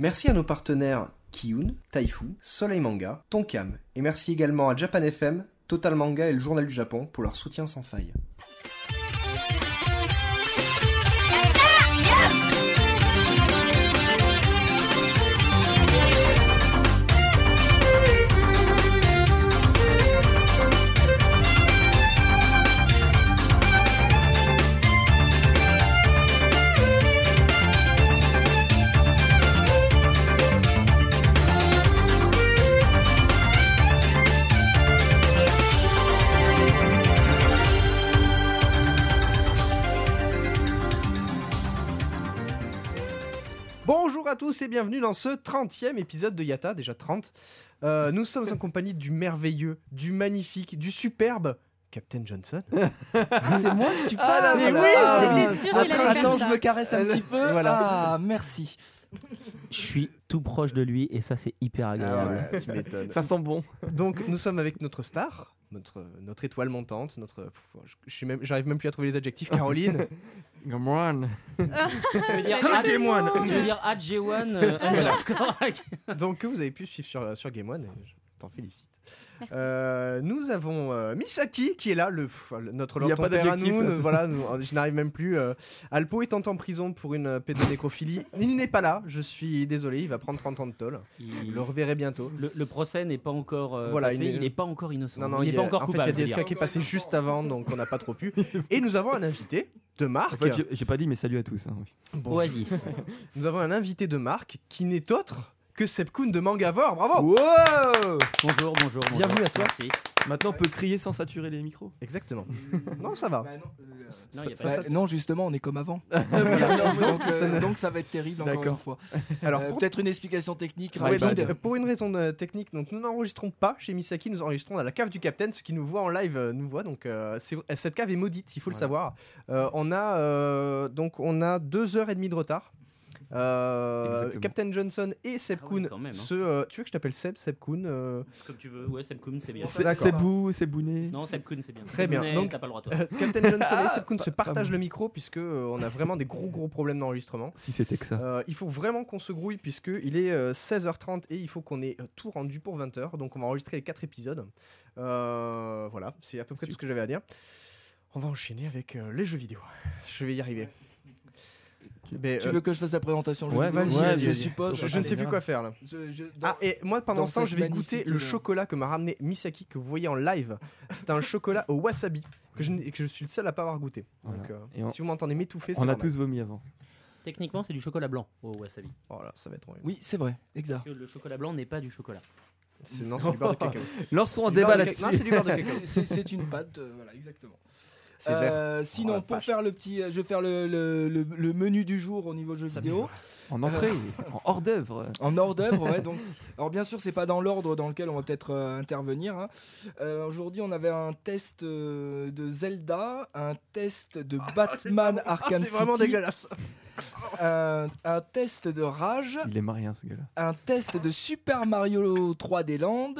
Merci à nos partenaires Kiyun, Taifu, Soleil Manga, Tonkam, et merci également à Japan FM, Total Manga et le Journal du Japon pour leur soutien sans faille. Bonjour à tous et bienvenue dans ce 30e épisode de Yata, déjà 30. Nous sommes en compagnie du merveilleux, du magnifique, du superbe Captain Johnson. C'est moi que tu parles. mais oui, j'étais sûre qu'il allait faire attends, ça. je me caresse un petit peu. Voilà. Ah, merci. Je suis tout proche de lui et ça c'est hyper agréable. Ouais, tu m'étonnes. Ça sent bon. Donc nous sommes avec notre star, notre étoile montante, j'arrive même plus à trouver les adjectifs, Caroline. Come on. Je veux dire @G1 underscore. Donc que vous avez pu suivre sur Game One, et je t'en félicite. Nous avons Misaki qui est là, notre Il y a Lord pas Ton Père à d'adjectif, nous, là. voilà, je n'arrive même plus. Alpo étant en prison pour une pédonécrophilie, il n'est pas là, je suis désolé, il va prendre 30 ans de tôle. Vous le reverrez bientôt. Le procès n'est pas encore Voilà, passé, il il n'est pas encore innocent. Non, il n'est pas encore en coupable. fait, il y a je veux DSK dire. qui est passé juste avant, donc on n'a pas trop pu. Et nous avons un invité de marque. En fait, j'ai pas dit, mais salut à tous. Hein, oui. Bonjour. Oasis. Nous avons un invité de marque qui n'est autre que Sepkun de Mangavore. Bravo. Wow. Bonjour. Bienvenue à toi. Merci. Maintenant, on peut crier sans saturer les micros. Exactement. Non, ça va. Non, il y a pas de- Non, justement, on est comme avant. Donc ça va être terrible encore D'accord. une fois. Alors, Peut-être une explication technique Ouais, rapide. donc, pour une raison technique, donc nous n'enregistrons pas chez Misaki, nous enregistrons à la cave du Capitaine. Ceux qui nous voient en live nous voient, donc cette cave est maudite, il faut le savoir. On a 2h30 de retard. Exactement. Captain Johnson et Sepkun, quand même, hein. tu veux que je t'appelle Sepkun Comme tu veux. Ouais, Sepkun, c'est bien. D'accord. C'est Bounet. Non, Sepkun, c'est bien. Très bien. Sepkun, Donc, t'as pas le droit, toi. Captain Johnson et Sepkun se partagent le micro puisque on a vraiment des gros problèmes d'enregistrement. Si c'était que ça. Il faut vraiment qu'on se grouille puisque il est 16h30 et il faut qu'on ait tout rendu pour 20h. Donc on va enregistrer les 4 épisodes. Voilà, c'est à peu près tout ce que j'avais à dire. On va enchaîner avec les jeux vidéo. Je vais y arriver. Mais, Tu veux que je fasse la présentation ouais, jeu vidéo vas-y. Je suppose. je ne sais plus quoi faire là. Ah, et moi pendant dans ce temps, cette je vais goûter magnifique, le chocolat que m'a ramené Misaki, que vous voyez en live. C'est un chocolat au wasabi que je suis le seul à pas avoir goûté. Voilà. Donc, Et si vous m'entendez m'étouffer, c'est On a normal. tous vomi avant. Techniquement, c'est du chocolat blanc au wasabi. Oh là, ça va être horrible. Oui, c'est vrai, exact. Parce que le chocolat blanc n'est pas du chocolat. Non, c'est du beurre de cacao. Lançons un C'est du débat beurre de là-dessus. Non, c'est du beurre de cacao. C'est une pâte, voilà, exactement. C'est vert. Sinon, Oh la pour vache. faire le petit, je vais faire le menu du jour au niveau jeux vidéo. En entrée, en hors d'œuvre. En hors d'œuvre, ouais. Donc, alors bien sûr, c'est pas dans l'ordre dans lequel on va peut-être intervenir. Hein. Aujourd'hui, on avait un test de Zelda, un test de Batman Arkham c'est City, vraiment dégueulasse. un test de Rage, Il aime rien ce gars-là. un test de Super Mario 3D Land,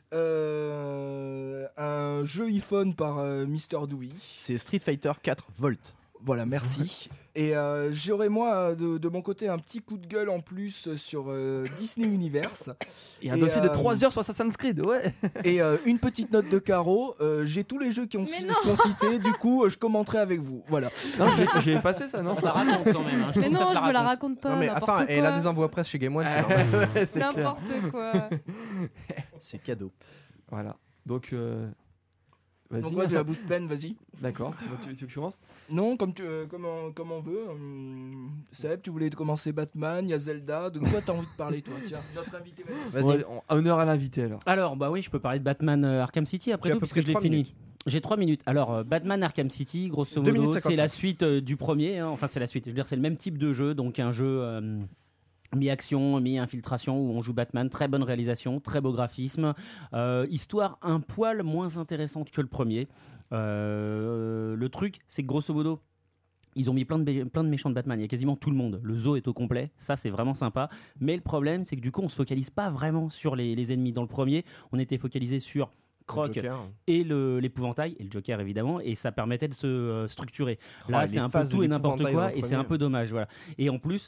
un jeu iPhone par Mister Dewey. C'est Street Fighter 4 Volt. Voilà, merci. Et j'aurais moi de mon côté un petit coup de gueule en plus sur Disney Universe. Et un Et, dossier de 3 heures sur Assassin's Creed, ouais. Et une petite note de Caro. J'ai tous les jeux qui Mais non. sont cités. Du coup, je commenterai avec vous. Voilà. Non, j'ai effacé ça, non Ça se la raconte quand même. Hein. Mais non, trouve que ça se je me la raconte. raconte pas. Non mais N'importe attends, quoi. elle a des envois presse chez Game One, c'est normal. C'est clair. N'importe quoi. C'est cadeau. Voilà. Donc, vas-y. Donc, moi, j'ai la bouche pleine, vas-y. D'accord. Bon, tu veux que je commence? Non, comme on veut. Seb, tu voulais commencer Batman, il y a Zelda. De quoi t'as envie de parler, toi? Tiens, notre invité, vas-y. Vas-y. Ouais, honneur à l'invité alors. Alors, bah oui, je peux parler de Batman Arkham City après Tu as tout, à peu puisque près je l'ai 3 fini. minutes. J'ai 3 minutes. Alors, Batman Arkham City, grosso 2 minutes modo, 55. c'est la suite du premier. Hein. Enfin, c'est la suite. Je veux dire, c'est le même type de jeu. Donc, un jeu mi-action, mi-infiltration où on joue Batman. Très bonne réalisation, très beau graphisme. Histoire un poil moins intéressante que le premier. Le truc, c'est que grosso modo, ils ont mis plein de méchants de Batman. Il y a quasiment tout le monde. Le zoo est au complet. Ça, c'est vraiment sympa. Mais le problème, c'est que du coup, on se focalise pas vraiment sur les ennemis. Dans le premier, on était focalisé sur Croc Joker. et l'épouvantail, et le Joker évidemment, et ça permettait de se structurer. Oh, Là, les c'est un peu phases tout de et n'importe l'épouvantail dans quoi, le et c'est premier. un peu dommage. Voilà. Et en plus,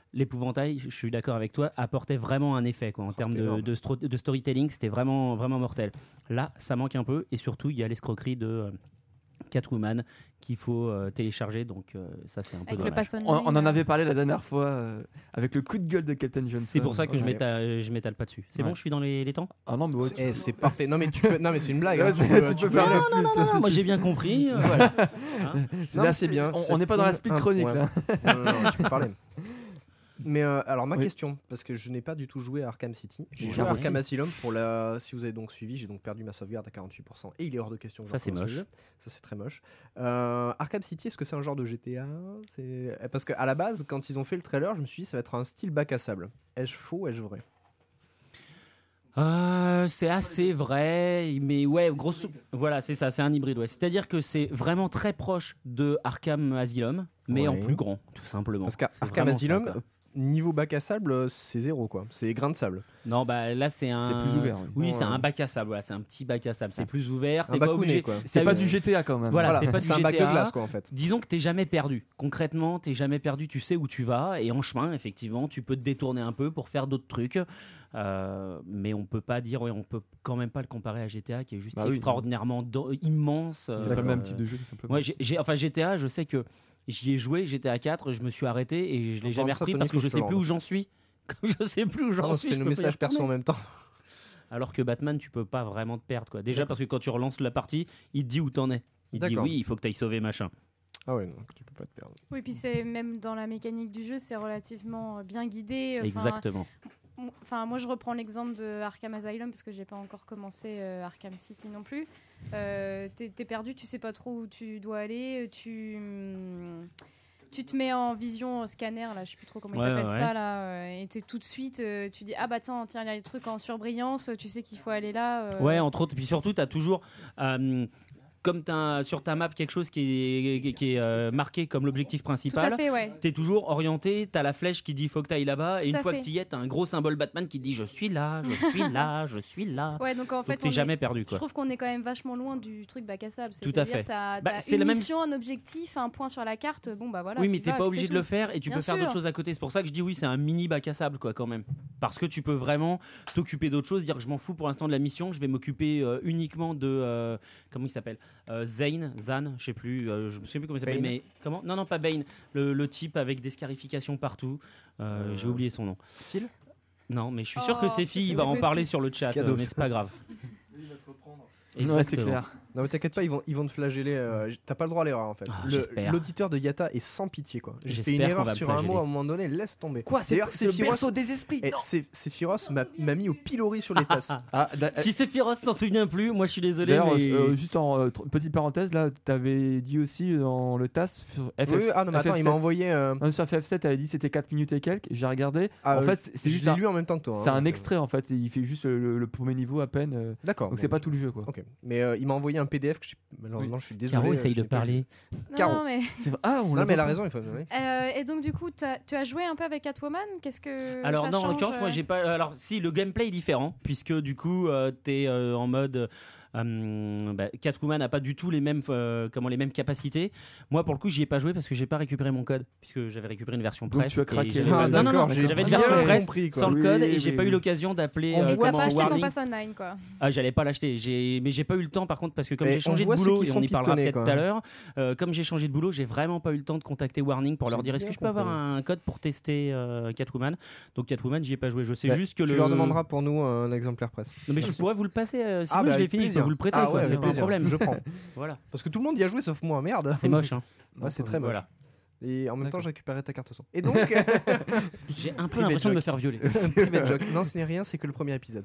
l'épouvantail, je suis d'accord avec toi, apportait vraiment un effet quoi, en termes c'était énorme. de storytelling, c'était vraiment, vraiment mortel. Là, ça manque un peu, et surtout, il y a l'escroquerie de Catwoman qu'il faut télécharger, donc ça c'est un peu Avec le dommage. pass online. On en avait parlé la dernière fois avec le coup de gueule de Captain Johnson. C'est pour ça que je Ouais. m'étale pas dessus. C'est Ouais. bon, je suis dans les temps. Ah non, mais ouais, C'est parfait. Non mais tu peux. Non mais c'est une blague. Ouais, hein. tu peux faire y aller. le plus. Non, moi j'ai bien compris. Voilà. Hein Non, mais c'est bien. On n'est pas dans la speed Un chronique point. là. Non, tu peux parler. Mais alors ma Oui. question, parce que je n'ai pas du tout joué à Arkham City, j'ai Oui, joué à ah, Arkham Asylum pour la. Si vous avez donc suivi, j'ai donc perdu ma sauvegarde à 48% et il est hors de question. que je Ça, c'est recommence le moche. jeu. Ça c'est très moche. Arkham City, est-ce que c'est un genre de GTA? Parce qu'à la base, quand ils ont fait le trailer, je me suis dit ça va être un style bac à sable. Est-ce faux, est-ce vrai? C'est assez vrai, mais ouais, grosso. Voilà, c'est ça, c'est un hybride. Ouais. C'est-à-dire que c'est vraiment très proche de Arkham Asylum, mais en Ouais. plus grand, tout simplement. Parce C'est qu'Arkham vraiment Asylum, ça, quoi. niveau bac à sable, c'est zéro quoi. C'est grain de sable. Non, bah là c'est un. C'est plus ouvert. Oui. Oui, Ouais. c'est un bac à sable. Voilà, c'est un petit bac à sable. C'est plus ouvert. Un T'es pas bacounet, obligé. quoi. C'est T'as pas eu- du GTA quand même. Voilà, c'est pas du un bac de GTA. glace quoi en fait. Disons que t'es jamais perdu. Concrètement, t'es jamais perdu. Tu sais où tu vas et en chemin, effectivement, tu peux te détourner un peu pour faire d'autres trucs. Mais on peut pas dire, ouais, on peut quand même pas le comparer à GTA qui est juste Bah oui. extraordinairement immense. C'est pas le même type de jeu tout simplement. Moi, enfin GTA, je sais que j'y ai joué, GTA 4, je me suis arrêté et je l'ai En jamais parlant de ça, repris Tony, parce que faut je que je sais te plus le où j'en suis. Comme je sais plus où j'en On suis, fait je nos peux pas y messages perso en retourner. même temps. Alors que Batman, tu peux pas vraiment te perdre quoi. Déjà parce que quand tu relances la partie, il te dit où t'en es. Il te dit D'accord. oui, il faut que t'ailles sauver machin. Ah ouais, non, tu peux pas te perdre. Oui, puis c'est même dans la mécanique du jeu, c'est relativement bien guidé. Exactement. Enfin, moi, je reprends l'exemple de Arkham Asylum parce que j'ai pas encore commencé Arkham City non plus. T'es perdu, tu sais pas trop où tu dois aller. Tu te mets en vision scanner, là, je sais plus trop comment ils Ouais, appellent ouais. ça, là, et t'es tout de suite, tu dis ah bah tiens, il y a les trucs en surbrillance, tu sais qu'il faut aller là. Ouais, entre autres. Puis surtout, tu as toujours, comme sur ta map, quelque chose qui est marqué comme l'objectif tout à principal. fait, ouais. T'es toujours orienté, t'as la flèche qui dit faut que t'ailles là-bas, Tout et une à fois fait. que t'y es, t'as un gros symbole Batman qui dit je suis là, je suis là, je suis là. Ouais, donc en fait, Donc t'es jamais perdu je quoi. trouve qu'on est quand même vachement loin du truc bac à sable. Tout à fait. T'as Bah, t'as c'est une la même- mission, un objectif, un point sur la carte. Bon bah voilà. Oui, t'y mais t'es vas, pas puis obligé c'est de le tout. faire et tu Bien peux faire d'autres sûr. choses à côté. C'est pour ça que je dis oui, c'est un mini bac à sable quoi quand même. Parce que tu peux vraiment t'occuper d'autres choses, dire que je m'en fous pour l'instant de la mission, je vais m'occuper uniquement de comment il s'appelle, Zan, je sais plus, je me souviens plus comment il s'appelle, Bane. mais comment? Non, pas Bane, le type avec des scarifications partout. J'ai oublié son nom. Style? Non, mais je suis sûr que Oh, Sefi c'est il va en petit. parler sur le chat, Scados. mais c'est pas grave. Ouais, c'est Exactement. clair. Non mais t'inquiète pas, ils vont te flageller. T'as pas le droit à l'erreur en fait. Ah, j'espère. L'auditeur de Yata est sans pitié quoi. J'ai fait une J'espère qu'on erreur va me sur un mot flageller. à un moment donné, laisse tomber. Quoi, D'ailleurs, c'est le Sephiroth- berceau des esprits. Eh, Non. Sephiroth m'a mis au pilori sur les tasses. Ah, Si Sephiroth s'en souvient plus, moi je suis désolé. D'ailleurs, Mais... juste en petite parenthèse, là, t'avais dit aussi dans le TAS sur FF. Oui, ah non mais attends, il m'a envoyé. Non, sur FF7, t'avais dit c'était 4 minutes et quelques. J'ai regardé. Ah, en fait, c'est je juste l'ai un, lu en même temps que toi. c'est hein, un donc, extrait en fait. Il fait juste le premier niveau à peine. D'accord. Donc bon, c'est pas tout le jeu quoi. Ok. Mais il m'a envoyé un PDF que malheureusement je suis désolé. Caro essaye je de l'ai pas parler. Non, Caro. non, mais... C'est vrai. Ah, on Non l'a mais elle a pas- raison, il faut. Oui. Et donc du coup, tu as joué un peu avec Catwoman. Qu'est-ce que Alors ça non, en change, l'occurrence, moi j'ai pas. Alors si, le gameplay est différent puisque du coup t'es en mode. Catwoman n'a pas du tout les mêmes capacités. Moi pour le coup j'y ai pas joué parce que j'ai pas récupéré mon code puisque j'avais récupéré une version Donc presse. tu as et craqué. j'avais Ah, pas- non, d'accord, j'ai j'avais une bien version presse compris, quoi. sans le Oui, code oui, et j'ai oui, pas eu oui. l'occasion d'appeler. On Et voit t'as dans pas acheté ton Warning. pass online, quoi. Ah, j'allais pas l'acheter, mais j'ai pas eu le temps par contre parce que comme Et j'ai changé on de voit ceux boulot qui et on sont y parlera pistonnés, peut-être quoi. tout à l'heure, comme j'ai changé de boulot, j'ai vraiment pas eu le temps de contacter Warning pour leur J'ai dire est-ce que bien je peux avoir compris. un code pour tester Catwoman. Donc Catwoman, j'y ai pas joué. Je sais Bah, juste que tu leur demanderas pour nous un exemplaire presse. Non, mais je pourrais vous le passer si Ah, vous bah, je l'ai avec fini, je peux plaisir. vous le prêter, Ah quoi, ouais, c'est avec pas un plaisir. problème. Je prends. Voilà, Parce que tout le monde y a joué sauf moi, merde. c'est moche. Hein. Ouais, c'est très moche. Voilà. Et en même temps, D'accord. j'ai récupéré ta carte son. Et donc, J'ai un peu Private l'impression de me joke. faire violer. private joke. Non, ce n'est rien, c'est que le premier épisode.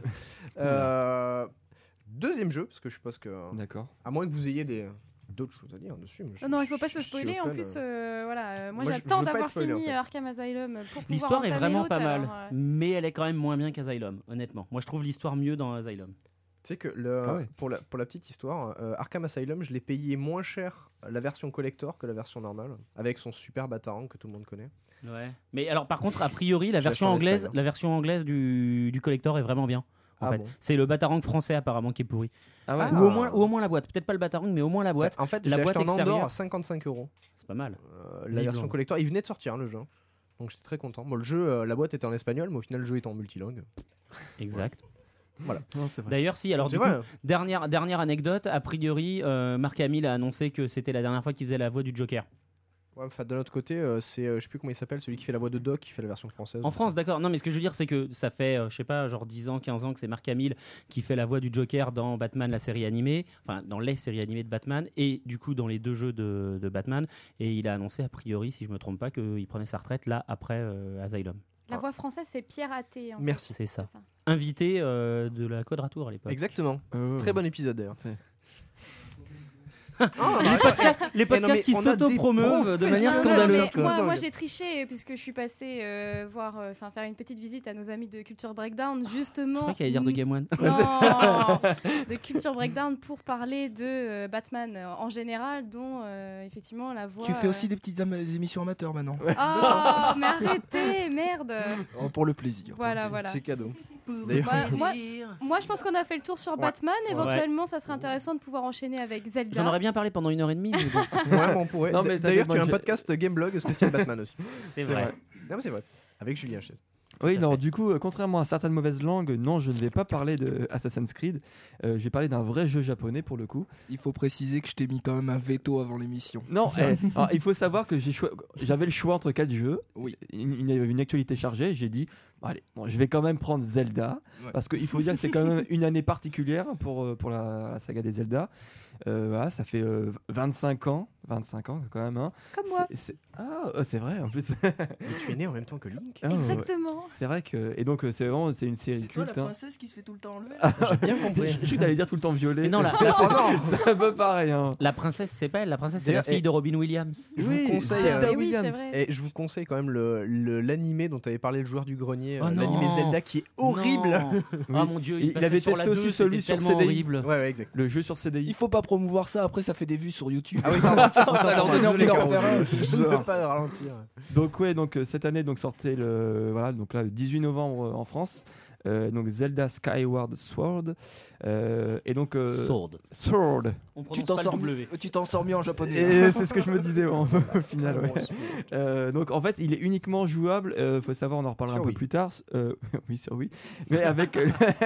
Deuxième jeu, parce que je suppose que, D'accord. à moins que vous ayez d'autres choses à dire dessus. mais Non, il faut pas je se suis spoiler. En open, plus, voilà, moi Moi, je j'attends veux pas d'avoir être spoilé, fini en fait. Arkham Asylum pour pouvoir L'histoire est entamer vraiment l'autre, pas mal, alors, mais elle est quand même moins bien qu'Asylum, honnêtement. Moi, je trouve l'histoire mieux dans Asylum. Tu sais que Ah ouais. pour la petite histoire, Arkham Asylum, je l'ai payé moins cher la version collector que la version normale, avec son super batarang que tout le monde connaît. Ouais. Mais alors, par contre, a priori, la Je version l'ai sur anglaise, l'Espagne, la version anglaise du collector est vraiment bien. En Ah fait, bon. c'est le batarang français apparemment qui est pourri. Ah ouais. Ah. Ou au moins la boîte. Peut-être pas le batarang, mais au moins la boîte. En fait, la je l'ai boîte acheté en Andorre extérieure. à 55 €. C'est pas mal. La version Vivement. collector, il venait de sortir le jeu. Donc j'étais très content. Bon, le jeu, la boîte était en espagnol, mais au final le jeu était en multilangue. Exact. Non, c'est vrai. D'ailleurs, si, alors C'est du coup, vrai. dernière anecdote, a priori, Mark Hamill a annoncé que c'était la dernière fois qu'il faisait la voix du Joker. Ouais, enfin, de l'autre côté, c'est je sais plus comment il s'appelle, celui qui fait la voix de Doc, qui fait la version française. En France, d'accord. Non, mais ce que je veux dire, c'est que ça fait, je sais pas, genre 10 ans, 15 ans que c'est Mark Hamill qui fait la voix du Joker dans Batman, la série animée, enfin, dans les séries animées de Batman, et du coup, dans les 2 jeux de Batman. Et il a annoncé, a priori, si je me trompe pas, qu'il prenait sa retraite là, après Asylum. La voix française, c'est Pierre Athé. en Merci. fait. C'est ça. C'est ça. Invité de la Quadratour à l'époque. Exactement. Très bon épisode d'ailleurs. Les podcasts qui s'auto-promeuvent de manière Non, scandaleuse. mais quoi. moi j'ai triché puisque je suis passée faire une petite visite à nos amis de Culture Breakdown justement. Je crois qu'il allait dire de Game One. Non, de Culture Breakdown pour parler de Batman en général, dont effectivement la voix. Tu fais aussi des petites émissions amateurs maintenant. Oh, mais arrêtez, merde. Oh, pour le plaisir. Voilà. C'est cadeau. D'ailleurs, Moi, je pense qu'on a fait le tour sur Batman. Éventuellement, ça serait intéressant de pouvoir enchaîner avec Zelda. J'en aurais bien parlé pendant 1h30. Mais bon, ouais, on pourrait. Non, mais D'ailleurs, t'inquiète, tu as un moi, podcast Gameblog spécial Batman aussi. c'est vrai. Non, mais c'est vrai. Avec Julien Chaise. Oui, à alors fait. du coup, contrairement à certaines mauvaises langues, non, je ne vais pas parler de Assassin's Creed. Je vais parler d'un vrai jeu japonais pour le coup. Il faut préciser que je t'ai mis quand même un veto avant l'émission. Non, alors, il faut savoir que j'avais le choix entre 4 jeux. Oui. Une actualité chargée. J'ai dit, allez, je vais quand même prendre Zelda. Ouais. Parce qu'il faut dire que c'est quand même une année particulière pour la saga des Zelda. Voilà, ça fait 25 ans quand même. Hein. Comme moi. C'est vrai en plus. Et tu es né en même temps que Link. Ah, ouais. Exactement. C'est vrai que. Et donc, c'est une série culte. Hein. princesse qui se fait tout le temps enlever J'ai bien compris. Je suis allé dire tout le temps violet. Mais non, C'est un peu pareil. Hein. la princesse, c'est pas elle. La princesse, c'est la D'ailleurs, fille de Robin Williams. Je vous conseille, Zelda oui, c'est Williams. vrai. Et je vous conseille quand même l'animé dont avait parlé le joueur du grenier, Oh non. l'animé Zelda qui est horrible. Non. Ah mon dieu, Il passait avait sur testé la aussi 2, celui c'était sur tellement CDI. horrible. Ouais, exact. Le jeu sur CDI. Il faut pas promouvoir ça, après ça fait des vues sur YouTube. Ah oui, pardon. Ça leur donne envie d'en faire un. Je ne peux pas ralentir. Donc cette année sortait le 18 novembre en France. Donc Zelda Skyward Sword et donc Sword. On Tu prononce t'en pas sors le W. mieux, tu t'en sors mieux en japonais. Et c'est ce que je me disais au final. Ouais. Donc en fait, il est uniquement jouable. Faut savoir, on en reparlera Sur un peu Wii. plus tard. Oui, sur Wii, mais avec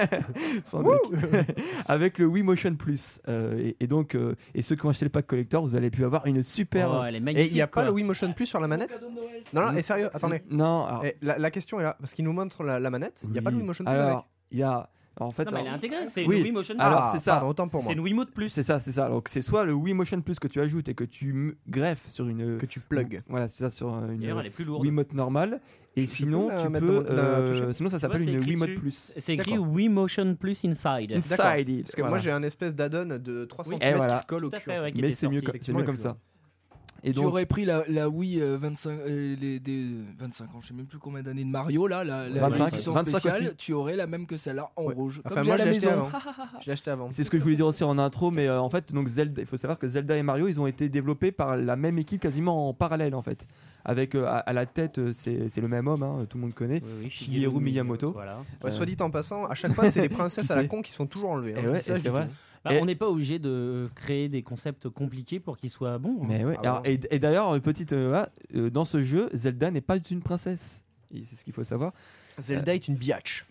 sans doute. Avec le Wii Motion Plus. Et donc ceux qui ont acheté le pack collector, vous allez pu avoir une super. Oh, elle est Et magnifique. il n'y a pas quoi. le Wii Motion Plus sur la manette? Non, et sérieux, attendez. Non. Alors, Et la question est là, parce qu'il nous montre la manette. Il n'y a pas le Wii Motion Plus avec. alors il y a. En fait, Non, mais elle est intégrée. C'est oui. une Wii Motion Plus. Alors, c'est ça. Pardon, autant pour moi. C'est une Wiimote Plus. C'est ça. Donc c'est soit le Wii Motion Plus que tu ajoutes et que tu greffes sur une. Que tu plugs. Voilà, c'est ça, sur une D'ailleurs, elle est plus lourde. Wiimote normale. Et sinon, peux la tu mettre peux. dans la toucher Sinon, ça s'appelle Ouais, c'est une écrit Wiimote dessus. Plus. C'est écrit D'accord. Wii Motion Plus Inside. Inside it. Parce que Voilà. moi j'ai un espèce d'add-on de 3 Oui. cm Et voilà. qui se colle au Tout à cul. fait, ouais, qui Mais était c'est mieux, sorti, c'est effectivement, mieux comme et ça. Et Tu donc, aurais pris la Wii 25, des 25 ans, je sais même plus combien d'années de Mario là, la 25, édition 25 spéciale, aussi. tu aurais la même que celle-là en Ouais. rouge. Enfin, Comme moi j'ai à je la l'ai acheté maison. avant. Je l'ai acheté avant. c'est ce que je voulais dire aussi en intro, mais en fait, donc Zelda, il faut savoir que Zelda et Mario, ils ont été développés par la même équipe quasiment en parallèle en fait. Avec à la tête, c'est le même homme, hein, tout le monde connaît. Oui, Shigeru Miyamoto. Voilà. Ouais, soit dit en passant, à chaque fois c'est les princesses Qui à la sait con qui se font toujours enlever. hein. Et ouais, Ça, et je c'est dis vrai. tout. Bah, Et- on n'est pas obligé de créer des concepts compliqués pour qu'ils soient bons. hein. Mais ouais. Ah Alors, bon. et d'ailleurs, petite, dans ce jeu, Zelda n'est pas une princesse. Et c'est ce qu'il faut savoir. Zelda est une biatch.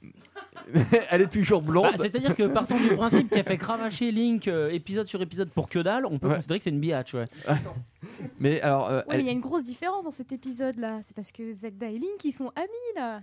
Elle est toujours blonde. Bah, c'est-à-dire que partant du principe qu'il a fait cravacher Link épisode sur épisode pour que dalle, on peut Ouais. considérer que c'est une biatch. Ouais. Mais alors, Ouais, mais il y a une grosse différence dans cet épisode-là. C'est parce que Zelda et Link, ils sont amis là.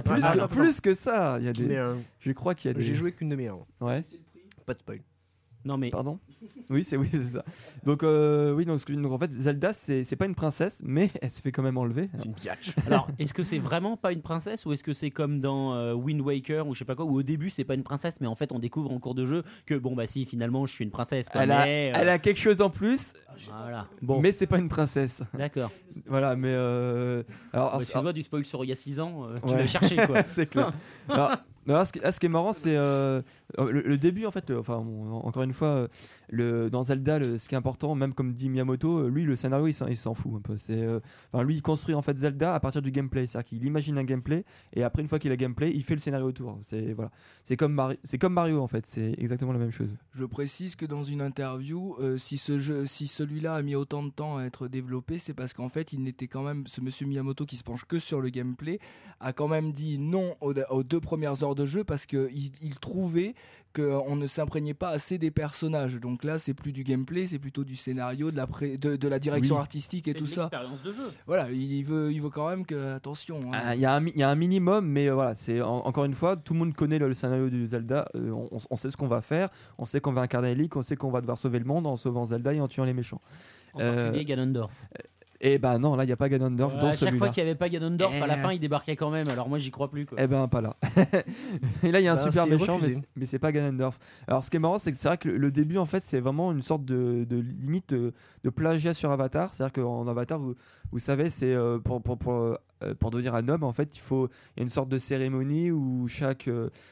plus que ça, il y a des. Mais Je crois qu'il y a des. j'ai joué qu'une demi-heure. Ouais. Pas de spoil. Non mais Pardon. Oui, c'est ça. Donc oui, donc en fait, Zelda, c'est pas une princesse, mais elle se fait quand même enlever. C'est une biatch. alors, est-ce que c'est vraiment pas une princesse ou est-ce que c'est comme dans Wind Waker ou je sais pas quoi où au début c'est pas une princesse mais en fait on découvre en cours de jeu que bon bah si finalement je suis une princesse quoi, Elle a, mais, elle a quelque chose en plus, voilà. Bon, mais c'est pas une princesse. d'accord. Voilà, mais alors, Bah, excuse-moi du spoil sur il y a 6 ans, tu Ouais. l'as cherché quoi. c'est clair. Alors, ce qui est marrant, c'est le début, en fait. Encore une fois, dans Zelda, ce qui est important, même comme dit Miyamoto, lui, le scénario, il s'en fout un peu. Lui, il construit en fait Zelda à partir du gameplay. C'est-à-dire qu'il imagine un gameplay et après, une fois qu'il a gameplay, il fait le scénario autour. C'est comme Mario, en fait. C'est exactement la même chose. Je précise que dans une interview, si ce celui-là a mis autant de temps à être développé, c'est parce qu'en fait, il n'était quand même, ce monsieur Miyamoto qui se penche que sur le gameplay, a quand même dit non aux 2 premières heures de jeu parce qu'il trouvait qu'on ne s'imprégnait pas assez des personnages. Donc là, c'est plus du gameplay, c'est plutôt du scénario, de la direction artistique et tout ça. C'est l'expérience de jeu. Voilà, il veut quand même que, attention. Il y a un minimum, mais voilà, c'est encore une fois, tout le monde connaît le scénario du Zelda. On sait ce qu'on va faire, on sait qu'on va incarner Link, on sait qu'on va devoir sauver le monde en sauvant Zelda et en tuant les méchants. En particulier Ganondorf. Et ben non, là il n'y a pas Ganondorf dans à celui-là. chaque fois qu'il n'y avait pas Ganondorf, à la fin il débarquait quand même. Alors moi j'y crois plus. Quoi. Eh ben pas là. Et là il y a un super méchant, mais c'est pas Ganondorf. Alors ce qui est marrant, c'est que c'est vrai que le début en fait c'est vraiment une sorte de limite de plagiat sur Avatar. C'est-à-dire qu'en Avatar, vous savez, c'est pour devenir un homme en fait, il y a une sorte de cérémonie où chaque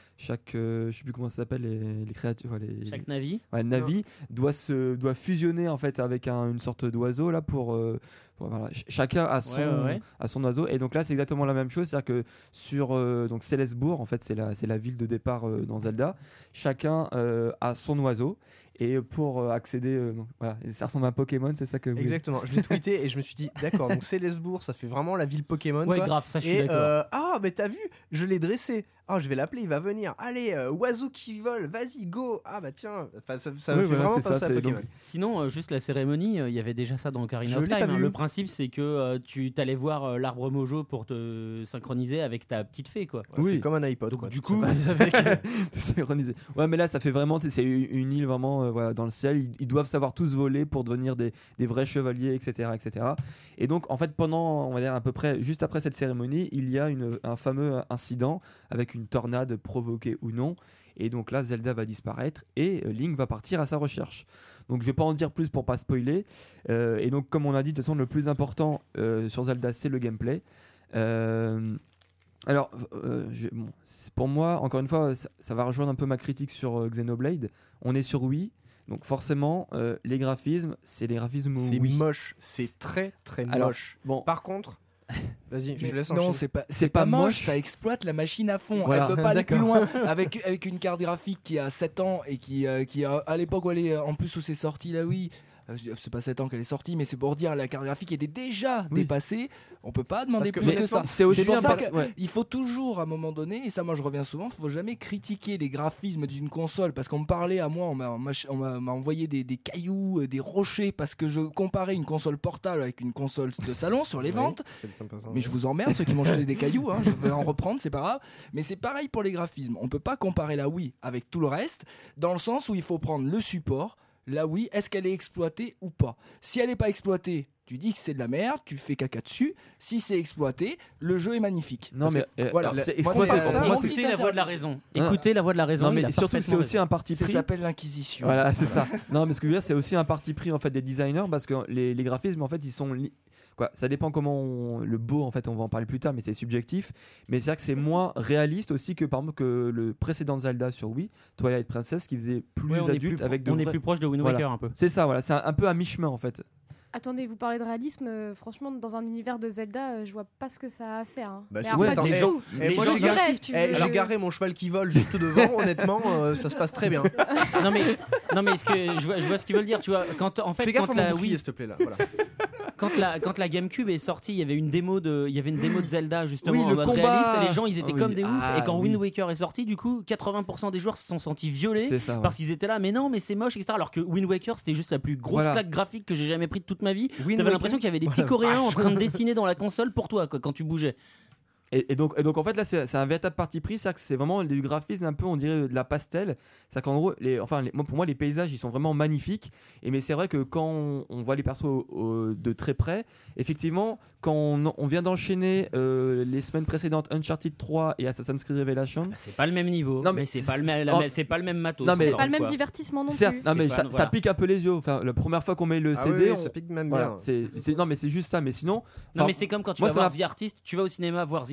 je sais plus comment ça s'appelle les créatures, chaque Navi, Navi doit fusionner en fait avec une sorte d'oiseau là pour voilà, chacun a son oiseau, et donc là c'est exactement la même chose, c'est-à-dire que sur donc Célestbourg en fait c'est la ville de départ dans Zelda, chacun a son oiseau. Et pour accéder, voilà, ça ressemble à un Pokémon, c'est ça que vous... Exactement, je l'ai tweeté et je me suis dit, d'accord, donc Célestbourg, ça fait vraiment la ville Pokémon. Ouais, quoi. grave, ça je suis d'accord. Mais t'as vu, je l'ai dressé. Je vais l'appeler, il va venir. Allez, oiseau qui vole, vas-y, go. Ah bah tiens, ça me fait vraiment penser à Pokémon. Donc... Sinon, juste la cérémonie, il y avait déjà ça dans Ocarina of Time. Le principe, c'est que tu t'allais voir l'arbre Mojo pour te synchroniser avec ta petite fée, quoi. Ouais, c'est comme un iPod. Donc quoi, du coup, synchronisé. Ouais, mais là, ça fait vraiment, c'est une île vraiment voilà, dans le ciel. Ils doivent savoir tous voler pour devenir des vrais chevaliers, etc., etc. Et donc, en fait, pendant, on va dire à peu près, juste après cette cérémonie, il y a un fameux incident avec une tornade provoquée ou non, et donc là Zelda va disparaître et Link va partir à sa recherche. Donc je vais pas en dire plus pour pas spoiler, et donc comme on a dit, de toute façon le plus important sur Zelda c'est le gameplay. Alors pour moi, encore une fois, ça va rejoindre un peu ma critique sur Xenoblade. On est sur Wii, donc forcément les graphismes, c'est des graphismes Wii. Moche, c'est très très moche. Alors, bon, par contre, vas-y, je laisse non, enchaîner. c'est pas moche, ça exploite la machine à fond. Voilà. Elle peut pas aller plus loin avec une carte graphique qui a 7 ans et qui à l'époque où elle est, en plus où c'est sorti là, oui. C'est pas 7 ans qu'elle est sortie, mais c'est pour dire la carte graphique était déjà dépassée. On peut pas demander plus que ça. C'est aussi pour ça qu'il faut toujours, à un moment donné, et ça moi je reviens souvent, il faut jamais critiquer les graphismes d'une console, parce qu'on me parlait à moi, on m'a envoyé des cailloux, des rochers, parce que je comparais une console portable avec une console de salon sur les ventes. Mais je vous emmerde ceux qui m'ont jeté des cailloux, je vais en reprendre, c'est pas grave. Mais c'est pareil pour les graphismes. On peut pas comparer la Wii avec tout le reste, dans le sens où il faut prendre le support. Là oui, est-ce qu'elle est exploitée ou pas? Si elle n'est pas exploitée, tu dis que c'est de la merde, tu fais caca dessus. Si c'est exploité, le jeu est magnifique. Non mais voilà, c'est exploité. Écoutez la voix de la raison. Écoutez la voix de la raison. Non mais surtout c'est aussi un parti pris. Ça s'appelle l'inquisition. Voilà, c'est ça. Non mais ce que je veux dire, c'est aussi un parti pris en fait des designers, parce que les graphismes en fait ils sont ça dépend comment le beau en fait, on va en parler plus tard, mais c'est subjectif. Mais c'est vrai que c'est moins réaliste aussi que par exemple que le précédent Zelda sur Wii, Twilight Princess, qui faisait plus adulte avec de on est plus proche de Wind Waker un peu. C'est ça, voilà, c'est un peu à mi-chemin en fait. Attendez, vous parlez de réalisme, franchement, dans un univers de Zelda, je vois pas ce que ça a à faire. Hein. Bah, mais pas du tout. Moi, j'ai garé mon cheval qui vole juste devant, honnêtement, ça se passe très bien. non mais est-ce que je vois ce qu'ils veulent dire, tu vois, quand en fait fais gaffe quand à la mon Wii, s'il te plaît là, voilà. Quand la GameCube est sortie, il y avait une démo de Zelda justement en le mode combat. réaliste, et les gens ils étaient comme des oufs, et quand oui. Wind Waker est sorti, du coup 80% des joueurs se sont sentis violés parce qu'ils étaient là, mais non, mais c'est moche, etc. Alors que Wind Waker c'était juste la plus grosse claque graphique que j'ai jamais pris de toute ma vie. T'avais l'impression qu'il y avait des petits Coréens en train de dessiner dans la console pour toi quand tu bougeais. Et donc en fait là c'est un véritable parti pris, c'est-à-dire que c'est vraiment du graphisme un peu, on dirait de la pastel. C'est-à-dire qu'en gros pour moi les paysages ils sont vraiment magnifiques, mais c'est vrai que quand on voit les persos de très près, effectivement quand on vient d'enchaîner les semaines précédentes Uncharted 3 et Assassin's Creed Révélation, c'est pas le même niveau, mais c'est pas le même matos, c'est pas le même divertissement non certes, plus. Non mais ça pique un peu les yeux, enfin la première fois qu'on met le CD ça pique même bien. Non mais c'est juste ça, mais sinon non mais c'est comme quand tu vas voir The Artist, tu vas au cinéma voir The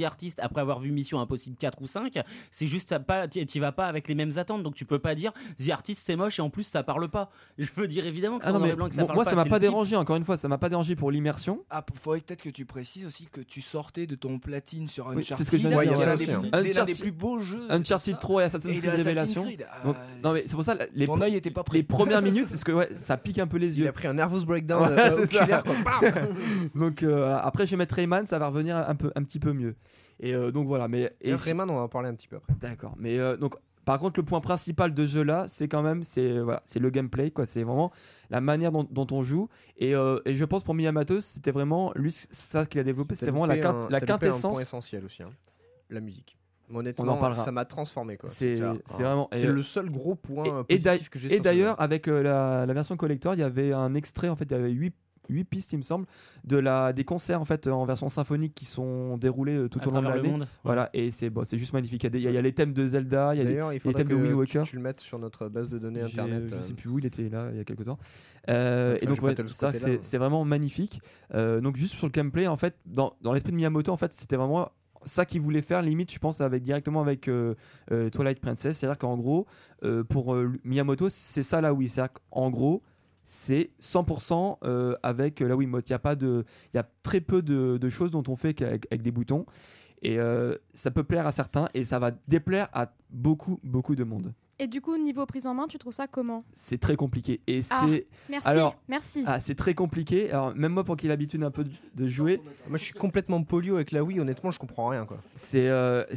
Artist après avoir vu Mission Impossible 4 ou 5, c'est juste pas, t'y vas pas avec les mêmes attentes, donc tu peux pas dire The Artist c'est moche et en plus ça parle pas. Je veux dire évidemment que c'est en noir et blanc que ça parle moi pas. ça m'a c'est pas le type. dérangé, encore une fois, ça m'a pas dérangé pour l'immersion. Faudrait peut-être que tu précises aussi que tu sortais de ton platine sur Oui, Uncharted. c'est ce que je viens de dire, c'est aussi, hein. l'un des plus beaux jeux. Uncharted 3 et Assassin's Creed Révélation. Donc, non mais c'est pour ça Ton œil était pas prêt. les premières minutes, c'est ce que ça pique un peu les Il yeux. a pris un nervous breakdown Ouais, c'est ça. oculaire, quoi. Donc après je vais mettre Rayman, ça va revenir un petit peu mieux. Et donc voilà, mais Et Rayman, on va en parler un petit peu après. d'accord. Mais donc par contre le point principal de ce jeu là, c'est quand même c'est le gameplay quoi, c'est vraiment la manière dont on joue et je pense pour Miyamoto, c'était vraiment lui ça qu'il a développé, c'était vraiment la T'as loupé un quintessence. point essentiel aussi, hein. La musique. On en Honnêtement, parlera. ça m'a transformé, quoi. C'est C'est vraiment c'est le seul gros point et positif que j'ai. et sur ce d'ailleurs avec la version collector, il y avait un extrait en fait, il y avait 8 pistes il me semble des concerts en fait en version symphonique qui sont déroulés tout À au long de travers le l'année. monde. Voilà, et c'est juste magnifique. Il y a les thèmes de Zelda, il y a D'ailleurs, il les faudrait thèmes de Wind que Waker. tu le mettes sur notre base de données internet. Je sais plus où il était là il y a quelques temps. Enfin, Et donc je vais pas te le ça scotcher là. c'est vraiment magnifique. Donc juste sur le gameplay en fait, dans l'esprit de Miyamoto en fait, c'était vraiment ça qu'il voulait faire limite je pense directement avec Twilight Princess, c'est-à-dire qu'en gros pour Miyamoto c'est ça la Wii, c'est-à-dire qu'en gros c'est 100% avec la Wiimote. Il y a très peu de choses dont on fait avec des boutons et ça peut plaire à certains et ça va déplaire à beaucoup de monde. Et du coup, niveau prise en main, tu trouves ça comment? C'est très compliqué et Merci, Alors- merci. c'est très compliqué. Alors même moi pour qui ai l'habitude un peu de jouer, Moi, je suis complètement polio avec la Wii. Honnêtement, je comprends rien, quoi. ça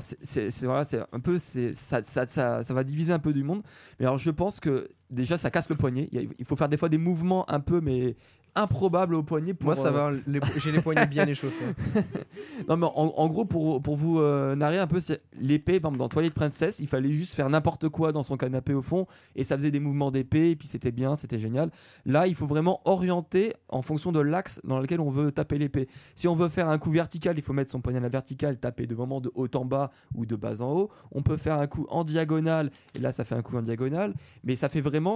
va diviser un peu du monde. Mais alors je pense que déjà ça casse le poignet. Il faut faire des fois des mouvements un peu mais improbables au poignet pour Moi, ça va. J'ai les poignets bien échauffés. Non mais en gros pour vous narrer un peu, c'est l'épée par exemple, dans Twilight Princess, il fallait juste faire n'importe quoi dans son canapé au fond et ça faisait des mouvements d'épée et puis c'était bien, c'était génial. Là il faut vraiment orienter en fonction de l'axe dans lequel on veut taper l'épée. Si on veut faire un coup vertical, il faut mettre son poignet à la verticale, taper vraiment de haut en bas ou de bas en haut. On peut faire un coup en diagonale et là ça fait un coup en diagonale, mais ça fait vraiment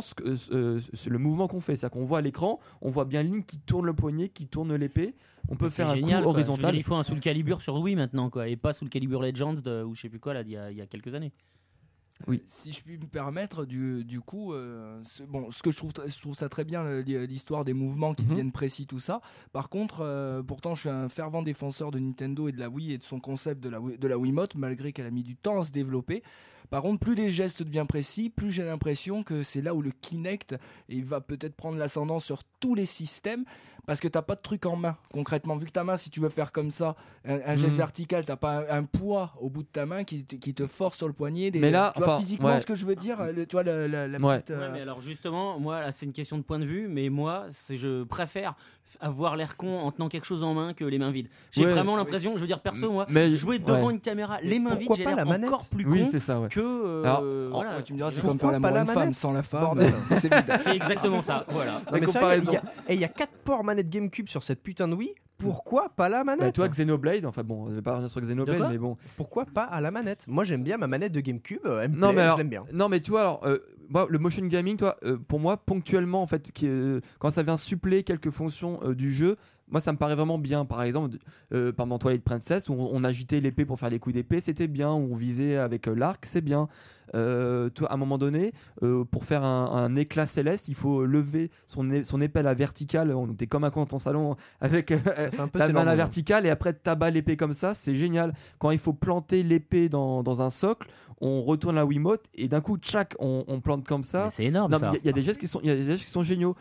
le mouvement qu'on fait, c'est-à-dire qu'on voit à l'écran, on voit bien Link qui tourne le poignet, qui tourne l'épée. On peut faire un génial, coup quoi. Je veux horizontal. dire, il faut un Soul Calibur sur Wii maintenant, quoi, et pas Soul Calibur Legends ou je sais plus quoi là, il y a quelques années. Oui. Si je puis me permettre, du coup, ce que je trouve ça très bien, l'histoire des mouvements qui deviennent précis, tout ça. Par contre, pourtant, je suis un fervent défenseur de Nintendo et de la Wii et de son concept de la Wiimote, malgré qu'elle a mis du temps à se développer. Par contre, plus les gestes deviennent précis, plus j'ai l'impression que c'est là où le Kinect il va peut-être prendre l'ascendant sur tous les systèmes. Parce que t'as pas de truc en main, concrètement. Vu que ta main, si tu veux faire comme ça, un geste vertical, t'as pas un poids au bout de ta main qui te force sur le poignet. Mais là, tu vois, enfin, physiquement, ouais. ce que je veux dire, tu vois, la Ouais. petite. Ouais, mais alors justement, moi, là, c'est une question de point de vue, mais moi, je préfère avoir l'air con en tenant quelque chose en main que les mains vides. J'ai Ouais. vraiment l'impression, je veux dire, perso, moi, Mais- jouer devant ouais. une caméra, les mains vides, pourquoi j'ai pas l'air la manette encore plus Oui, con c'est ça, ouais. que. Alors, voilà. Ouais, tu me diras, c'est Pourquoi comme faire l'amour pas la à une femme manette sans la femme. Bordel. C'est vide. C'est exactement ça, voilà. Non, La mais sérieux, comparaison. il y a 4 ports manette GameCube sur cette putain de Wii. Pourquoi pas la manette? Toi Xenoblade, enfin bon, on va pas revenir sur De Xenoblade, quoi mais bon. Pourquoi pas à la manette? Moi, j'aime bien ma manette de GameCube. Elle me Non, plaît, mais alors, je l'aime bien. non mais tu vois alors moi, le motion gaming toi pour moi ponctuellement en fait quand ça vient suppléer quelques fonctions du jeu, moi ça me paraît vraiment bien. Par exemple pendant Twilight Princess où on agitait l'épée pour faire des coups d'épée, c'était bien, où on visait avec l'arc, c'est bien. Toi, à un moment donné pour faire un éclat céleste, il faut lever son épée à la verticale. On était comme un con dans ton salon avec Ça fait un peu la Sailor main à la Moon. verticale et après t'abats l'épée comme ça, c'est génial. Quand il faut planter l'épée dans un socle, on retourne la Wiimote et d'un coup on plante comme ça. Mais c'est énorme Non, ça. il y a des gestes qui sont géniaux.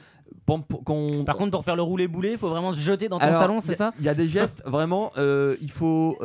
Par contre, pour faire le roulé boulet, il faut vraiment se jeter dans ton Alors, salon, c'est ça? Il y a des gestes vraiment. Il faut.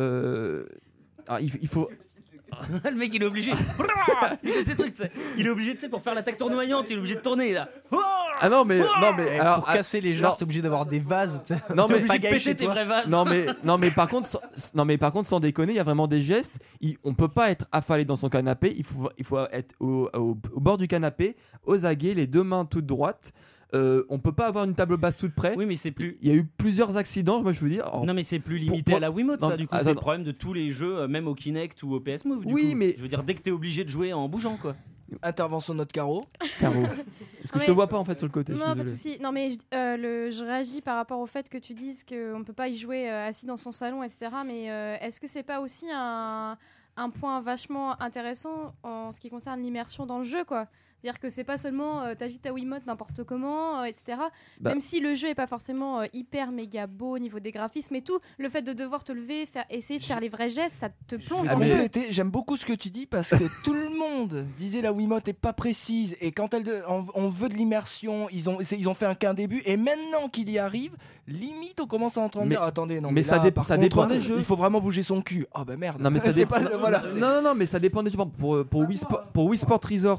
Il faut. Le mec, il est obligé. Il fait ces trucs, tu sais. Il est obligé, tu sais, pour faire l'attaque tournoyante, il est obligé de tourner là. Ah non mais Et alors pour casser les jarres, t'es obligé d'avoir des vases. tu sais. non T'es mais obligé de pagaille péter chez tes toi. vrais vases. non mais par contre sans déconner, il y a vraiment des gestes. On peut pas être affalé dans son canapé. Il faut être au bord du canapé, aux aguets, les deux mains toutes droites. On peut pas avoir une table basse toute près. Oui, mais c'est plus. Il y a eu plusieurs accidents, moi je veux dire. Non, mais c'est plus limité pour- à la Wiimote, non, ça. Du coup, attends, c'est le problème de tous les jeux, même au Kinect ou au PS Move. Du Oui, coup. mais- Je veux dire, dès que t'es obligé de jouer en bougeant, quoi. Intervention de notre Caro. Caro. Est-ce que je Mais- te vois pas en fait sur le côté? je suis Non, pas de désolé. souci. Non, mais je réagis par rapport au fait que tu dises qu'on ne peut pas y jouer assis dans son salon, etc. Mais est-ce que c'est pas aussi un point vachement intéressant en ce qui concerne l'immersion dans le jeu, quoi? C'est-à-dire que c'est pas seulement t'agites ta Wiimote n'importe comment, etc. Bah. Même si le jeu est pas forcément hyper méga beau au niveau des graphismes et tout, le fait de devoir te lever, essayer de faire les vrais gestes, ça te plonge À dans le jeu. compléter, j'aime beaucoup ce que tu dis parce que tout le monde disait la Wiimote est pas précise et quand on veut de l'immersion, ils ont fait qu'un début et maintenant qu'il y arrive, limite on commence à entendre Mais- dire attendez non mais mais ça là, dépend- par ça contre, dépend des jeux. Il faut vraiment bouger son cul. Ah bah merde. Non mais ça C'est dépend. pas- voilà, c'est- non, mais ça dépend des jeux. Pour Wii Sport Resort,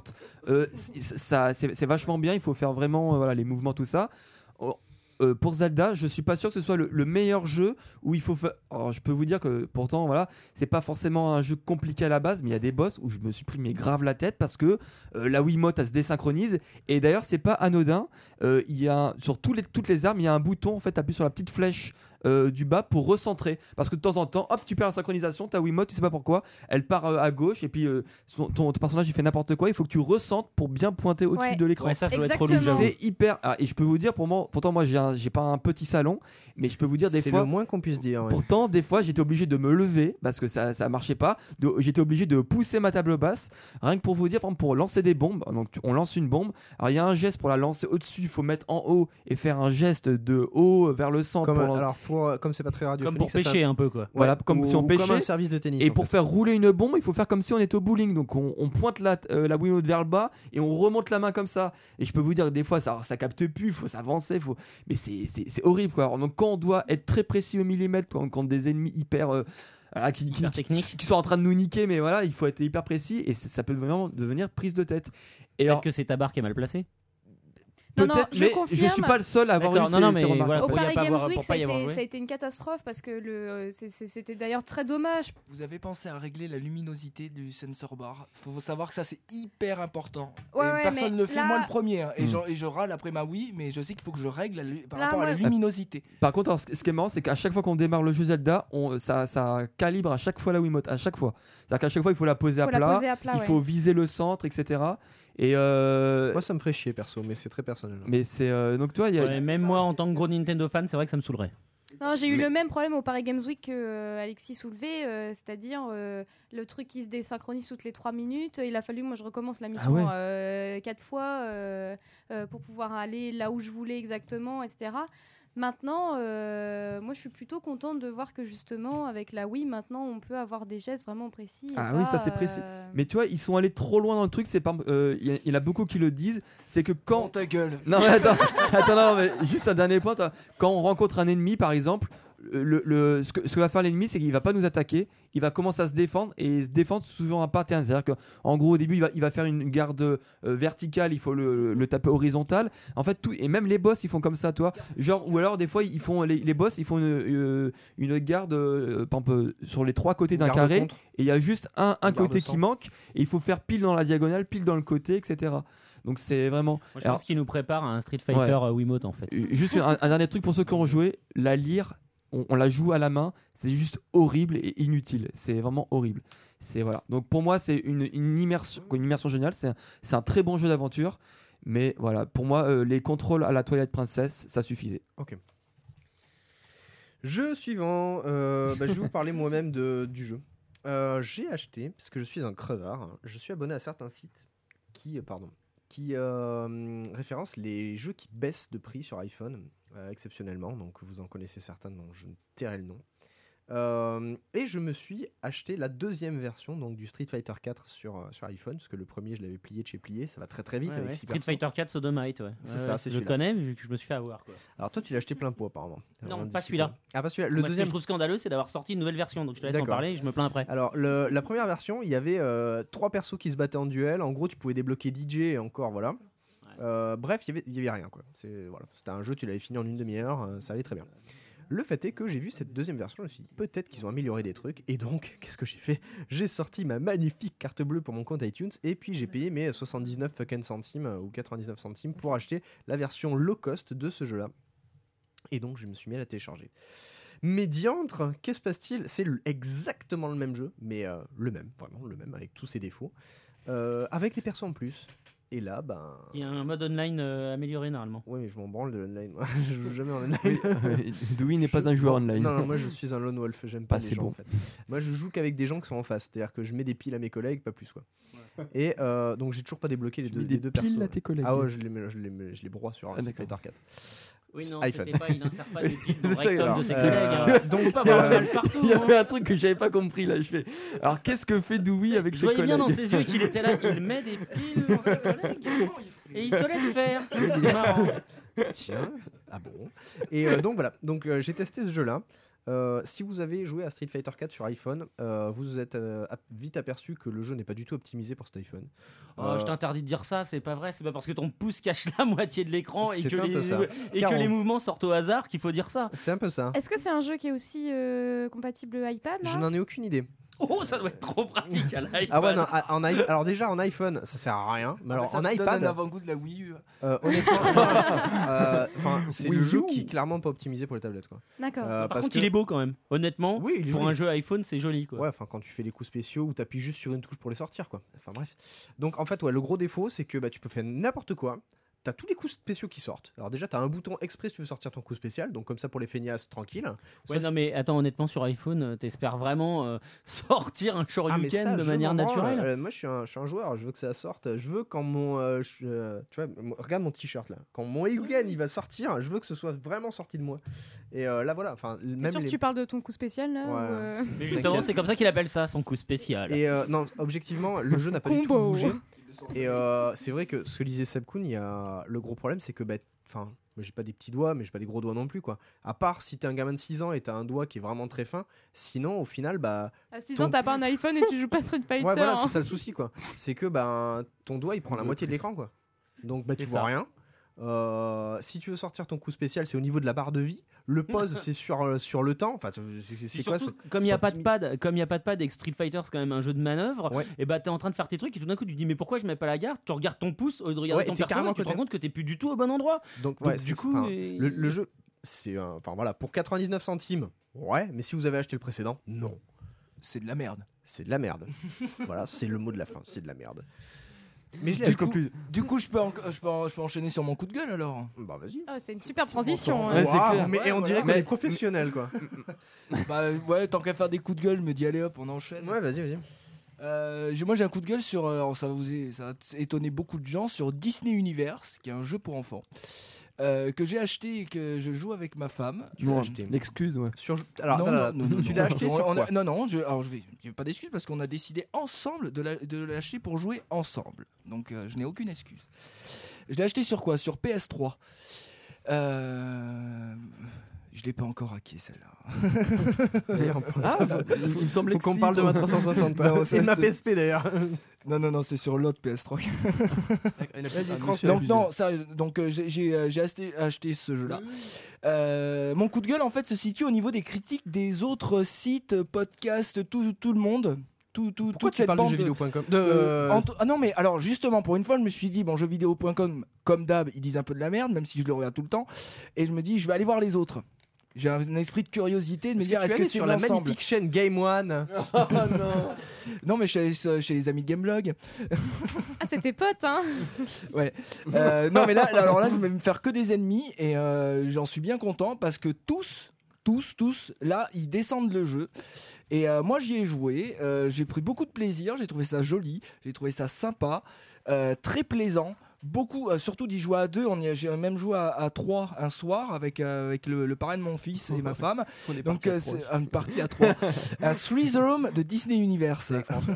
c'est vachement bien. Il faut faire vraiment voilà, les mouvements, tout ça. Pour Zelda, je suis pas sûr que ce soit le meilleur jeu où il faut faire. Alors, je peux vous dire que pourtant, voilà, c'est pas forcément un jeu compliqué à la base, mais il y a des boss où je me suis pris mais grave la tête parce que la Wiimote elle se désynchronise. Et d'ailleurs, c'est pas anodin. Il y a sur toutes les armes, il y a un bouton en fait, appuie sur la petite flèche du bas pour recentrer. Parce que de temps en temps, hop, tu perds la synchronisation, ta Wiimote, tu sais pas pourquoi, elle part à gauche et puis ton personnage il fait n'importe quoi. Il faut que tu recentres pour bien pointer au-dessus Ouais. de l'écran. Ouais, ça doit être relou. Exactement. j'avoue. C'est hyper. Et je peux vous dire, pourtant moi j'ai pas un petit salon, mais je peux vous dire des C'est fois. le moins qu'on puisse dire. Ouais. Pourtant, des fois, j'étais obligé de me lever parce que ça marchait pas. J'étais obligé de pousser ma table basse. Rien que pour vous dire, par exemple, pour lancer des bombes, donc on lance une bombe. Alors, il y a un geste pour la lancer au-dessus, il faut mettre en haut et faire un geste de haut vers le centre. Comme c'est pas très radiophonique, Comme pour ça fait pêcher un peu, quoi. Voilà, comme si on pêchait. Comme un service de tennis. Et en pour fait. faire rouler une bombe, il faut faire comme si on était au bowling. Donc on pointe la Wiimote vers le bas et on remonte la main comme ça. Et je peux vous dire que des fois ça capte plus, il faut s'avancer, mais c'est horrible quoi. Alors, donc quand on doit être très précis au millimètre, quand des ennemis hyper Hyper techniques. qui sont en train de nous niquer, mais voilà, il faut être hyper précis et ça peut vraiment devenir prise de tête. Et alors Peut-être que c'est ta barre qui est mal placée. Non, non, peut-être, je mais confirme. je suis pas le seul à avoir eu D'accord, non, ces mais remarques. voilà, Au pour y Paris pas Games avoir- Week, pour pas y avoir joué. ça a été une catastrophe parce que c'était d'ailleurs très dommage. Vous avez pensé à régler la luminosité du sensor bar. Faut savoir que ça c'est hyper important. Ouais, Et ouais, personne mais ne le fait, là- moi le premier. Hein. Mm. Et je râle après ma Wii, mais je sais qu'il faut que je règle par Là, rapport à la moi- luminosité. Par contre, alors, ce qui est marrant, c'est qu'à chaque fois qu'on démarre le jeu Zelda, ça calibre à chaque fois la Wiimote, à chaque fois. C'est-à-dire qu'à chaque fois, il faut la poser à Faut plat, la poser à plat, il ouais. faut viser le centre, etc. Et Moi, ça me ferait chier perso, mais c'est très personnel. mais c'est donc toi, il y a Ouais, même moi, en tant que gros Nintendo fan, c'est vrai que ça me saoulerait. Non, j'ai eu Mais- le même problème au Paris Games Week que Alexis soulevait, c'est-à-dire le truc qui se désynchronise toutes les 3 minutes. Il a fallu que moi je recommence la mission Ah 4 fois pour pouvoir aller là où je voulais exactement, etc. Maintenant, moi je suis plutôt contente de voir que justement avec la Wii, maintenant on peut avoir des gestes vraiment précis. et Ah pas, oui, ça, c'est précis. Mais tu vois, ils sont allés trop loin dans le truc. C'est pas, il y en a beaucoup qui le disent. C'est que Quand quand ta gueule. non mais attends, non mais juste un dernier point. Quand on rencontre un ennemi, par exemple, ce que va faire l'ennemi, c'est qu'il va pas nous attaquer, il va commencer à se défendre et se défendre souvent un pattern. C'est-à-dire qu'en gros au début il va faire une garde verticale, il faut le taper horizontal. En fait tout et même les boss ils font comme ça, toi. Genre ou alors des fois ils font les boss ils font une garde par exemple, sur les 3 côtés d'un Garde carré contre. et il y a juste un Garde côté centre. qui manque et il faut faire pile dans la diagonale, pile dans le côté, etc. Donc c'est vraiment. Moi, je Alors, pense qu'il nous prépare à un Street Fighter Wiimote, en fait. juste un dernier truc pour ceux qui ont joué, la lyre, on la joue à la main, c'est juste horrible et inutile. C'est vraiment horrible. C'est voilà. Donc pour moi, c'est une immersion géniale. C'est un très bon jeu d'aventure. Mais voilà, pour moi, les contrôles à la Twilight Princess, ça suffisait. Jeu suivant, je vais vous parler moi-même du jeu. J'ai acheté, parce que je suis un crevard, hein, je suis abonné à certains sites qui référencent les jeux qui baissent de prix sur iPhone, exceptionnellement, donc vous en connaissez certains dont je ne tairai le nom. Et je me suis acheté la deuxième version donc, du Street Fighter 4 sur iPhone, parce que le premier je l'avais plié de chez plié, ça va très très vite Ouais, avec ouais. 6 Street Fighter 4 Sodomite, ouais. C'est Ouais, ça, ouais. c'est Je celui-là. connais, vu que je me suis fait avoir, quoi. Alors toi tu l'as acheté plein pot apparemment. Non, On pas discute. celui-là. Ah pas celui-là, le Moi, ce que deuxième. je trouve scandaleux, c'est d'avoir sorti une nouvelle version, donc je te laisse en D'accord. parler et je me plains après. Alors, la première version, il y avait 3 persos qui se battaient en duel. En gros, tu pouvais débloquer DJ et encore, voilà. Bref, il y avait rien, quoi. Voilà. C'était un jeu, tu l'avais fini en une demi-heure, ça allait très bien. Le fait est que j'ai vu cette deuxième version, je me suis dit peut-être qu'ils ont amélioré des trucs. Et donc, qu'est-ce que j'ai fait ? J'ai sorti ma magnifique carte bleue pour mon compte iTunes et puis j'ai payé mes 79 fucking centimes ou 99 centimes pour acheter la version low cost de ce jeu-là. Et donc, je me suis mis à la télécharger. Mais diantre, qu'est-ce qui se passe-t-il ? C'est exactement le même jeu, mais le même, vraiment le même, avec tous ses défauts. avec des persos en plus. Et là, il y a un mode online amélioré normalement. Ouais, mais je m'en branle de l'online. Moi, je joue jamais en online. Dewey n'est pas un joueur online. Non, moi je suis un lone wolf. J'aime pas les c'est gens bon. en fait. Moi, je joue qu'avec des gens qui sont en face. C'est-à-dire que je mets des piles à mes collègues, pas plus quoi. Et donc j'ai toujours pas débloqué les deux persos. Piles à tes collègues. Ah ouais, je les broie sur Street Fighter 4. Oui, non, iPhone. c'était pas, il insère pas des piles dans le C'est ça, rectum alors. de ses collègues. Hein. Donc, Faut pas avoir le mal partout. Il y hein. avait un truc que j'avais pas compris là. Je fais. Alors qu'est-ce que fait Dewey avec Je ses voyais bien dans collègues ses yeux qu'il était là, il met des piles dans ses collègues et il se laisse faire. C'est marrant. Tiens, ah bon. Et donc voilà, donc j'ai testé ce jeu-là. Si vous avez joué à Street Fighter 4 sur iPhone, vous êtes vite aperçu que le jeu n'est pas du tout optimisé pour cet iPhone. Oh, je t'interdis de dire ça, c'est pas vrai, c'est pas parce que ton pouce cache la moitié de l'écran et C'est que un peu ça. que les mouvements sortent au hasard qu'il faut dire ça. C'est un peu ça. Est-ce que c'est un jeu qui est aussi compatible iPad là Je n'en ai aucune idée. Oh, ça doit être trop pratique à l'iPad. Ah ouais, non, alors déjà en iPhone, ça sert à rien. Mais alors ça en te donne iPad, un avant-goût de la Wii U. honnêtement, c'est Wii le jeu U. qui est clairement pas optimisé pour les tablettes quoi. D'accord. Par Parce contre, que- il est beau quand même. Honnêtement, Oui, il est pour joli. un jeu iPhone, c'est joli quoi. Ouais, enfin quand tu fais les coups spéciaux ou t'appuies juste sur une touche pour les sortir quoi. Enfin bref. Donc en fait ouais, le gros défaut c'est que tu peux faire n'importe quoi. T'as tous les coups spéciaux qui sortent. Alors déjà t'as un bouton exprès si tu veux sortir ton coup spécial, donc comme ça pour les feignasses tranquille. Ouais, non mais attends, honnêtement sur iPhone, t'espères vraiment sortir un shoryuken de manière naturelle. Moi je suis un joueur, je veux que ça sorte. Je veux quand mon tu vois, regarde mon t-shirt là. Quand mon Hayugen il va sortir, je veux que ce soit vraiment sorti de moi. Et là voilà, enfin C'est même sûr que tu parles de ton coup spécial là Ouais. ou, Mais justement, c'est comme ça qu'il appelle ça, son coup spécial. Et non, objectivement, le jeu n'a pas du tout Combo. bougé. Et c'est vrai que ce que disait Seb Kuhn, il y a le gros problème, c'est que moi j'ai pas des petits doigts, mais j'ai pas des gros doigts non plus quoi. À part si t'es un gamin de 6 ans et t'as un doigt qui est vraiment très fin, sinon au final À 6 ans, t'as pas un iPhone et tu joues pas Street Fighter. ouais voilà, hein. c'est ça le souci quoi. C'est que ton doigt il prend la moitié de l'écran quoi. Donc tu C'est vois ça. rien. Si tu veux sortir ton coup spécial, c'est au niveau de la barre de vie. Le pause, c'est sur le temps. Enfin, c'est quoi Surtout, c'est- comme c'est il n'y a pas pas de pad, comme il y a pas de pad et que Street Fighter c'est quand même un jeu de manœuvre, Ouais. et t'es en train de faire tes trucs et tout d'un coup tu te dis mais pourquoi je mets pas la garde, tu regardes ton pouce au lieu de regarder Ouais, ton et t'es perso carrément et tu à te rends côté. compte que t'es plus du tout au bon endroit. Donc, Donc, ouais, du c'est- coup, enfin, et- le jeu, c'est voilà, pour 99 centimes, ouais, mais si vous avez acheté le précédent, non, C'est de la merde. c'est de la merde. Voilà, c'est le mot de la fin, c'est de la merde. Mais je l'ai Du acheté. coup, je peux enchaîner sur mon coup de gueule alors. Bah vas-y. Oh, c'est une super transition. Ouais, hein. c'est clair. Mais Ouais, on dirait voilà. qu'on est professionnel quoi. Bah ouais, tant qu'à faire des coups de gueule, je me dis allez hop, on enchaîne. Ouais, vas-y. Moi j'ai un coup de gueule sur, alors ça va étonner beaucoup de gens, sur Disney Universe, qui est un jeu pour enfants. Que j'ai acheté et que je joue avec ma femme. Tu l'as Non, acheté. l'excuse, ouais. Alors, tu l'as acheté sur quoi Non, je vais pas d'excuse parce qu'on a décidé ensemble de l'acheter pour jouer ensemble. Donc je n'ai aucune excuse. Je l'ai acheté sur quoi? Sur PS3. Je l'ai pas encore hacké celle-là. D'ailleurs, Il me semblait faut qu'on parle de ma 360. Non, C'est ça, de ma c'est- PSP d'ailleurs. Non, c'est sur l'autre PS3. Vas-y, Donc j'ai acheté ce jeu-là. Mon coup de gueule en fait se situe au niveau des critiques des autres sites, podcasts, tout le monde. Pourquoi Toute tu cette parles de bande jeuxvideo.com Ah non mais alors justement pour une fois je me suis dit bon jeuxvideo.com comme d'hab ils disent un peu de la merde même si je le regarde tout le temps et je me dis je vais aller voir les autres. J'ai un esprit de curiosité de me dire est-ce que c'est sur la l'ensemble. magnifique chaîne Game One? Non mais je suis allé chez les amis de Gameblog. Ah, c'est tes potes, hein. Ouais. Non mais là je vais me faire que des ennemis et j'en suis bien content parce que tous là ils descendent le jeu. Et moi j'y ai joué, j'ai pris beaucoup de plaisir, j'ai trouvé ça joli, j'ai trouvé ça sympa, très plaisant, beaucoup, surtout d'y jouer à deux, j'ai même joué à trois un soir avec le parrain de mon fils et ma femme, donc c'est une partie à trois, un threesome de Disney Universe.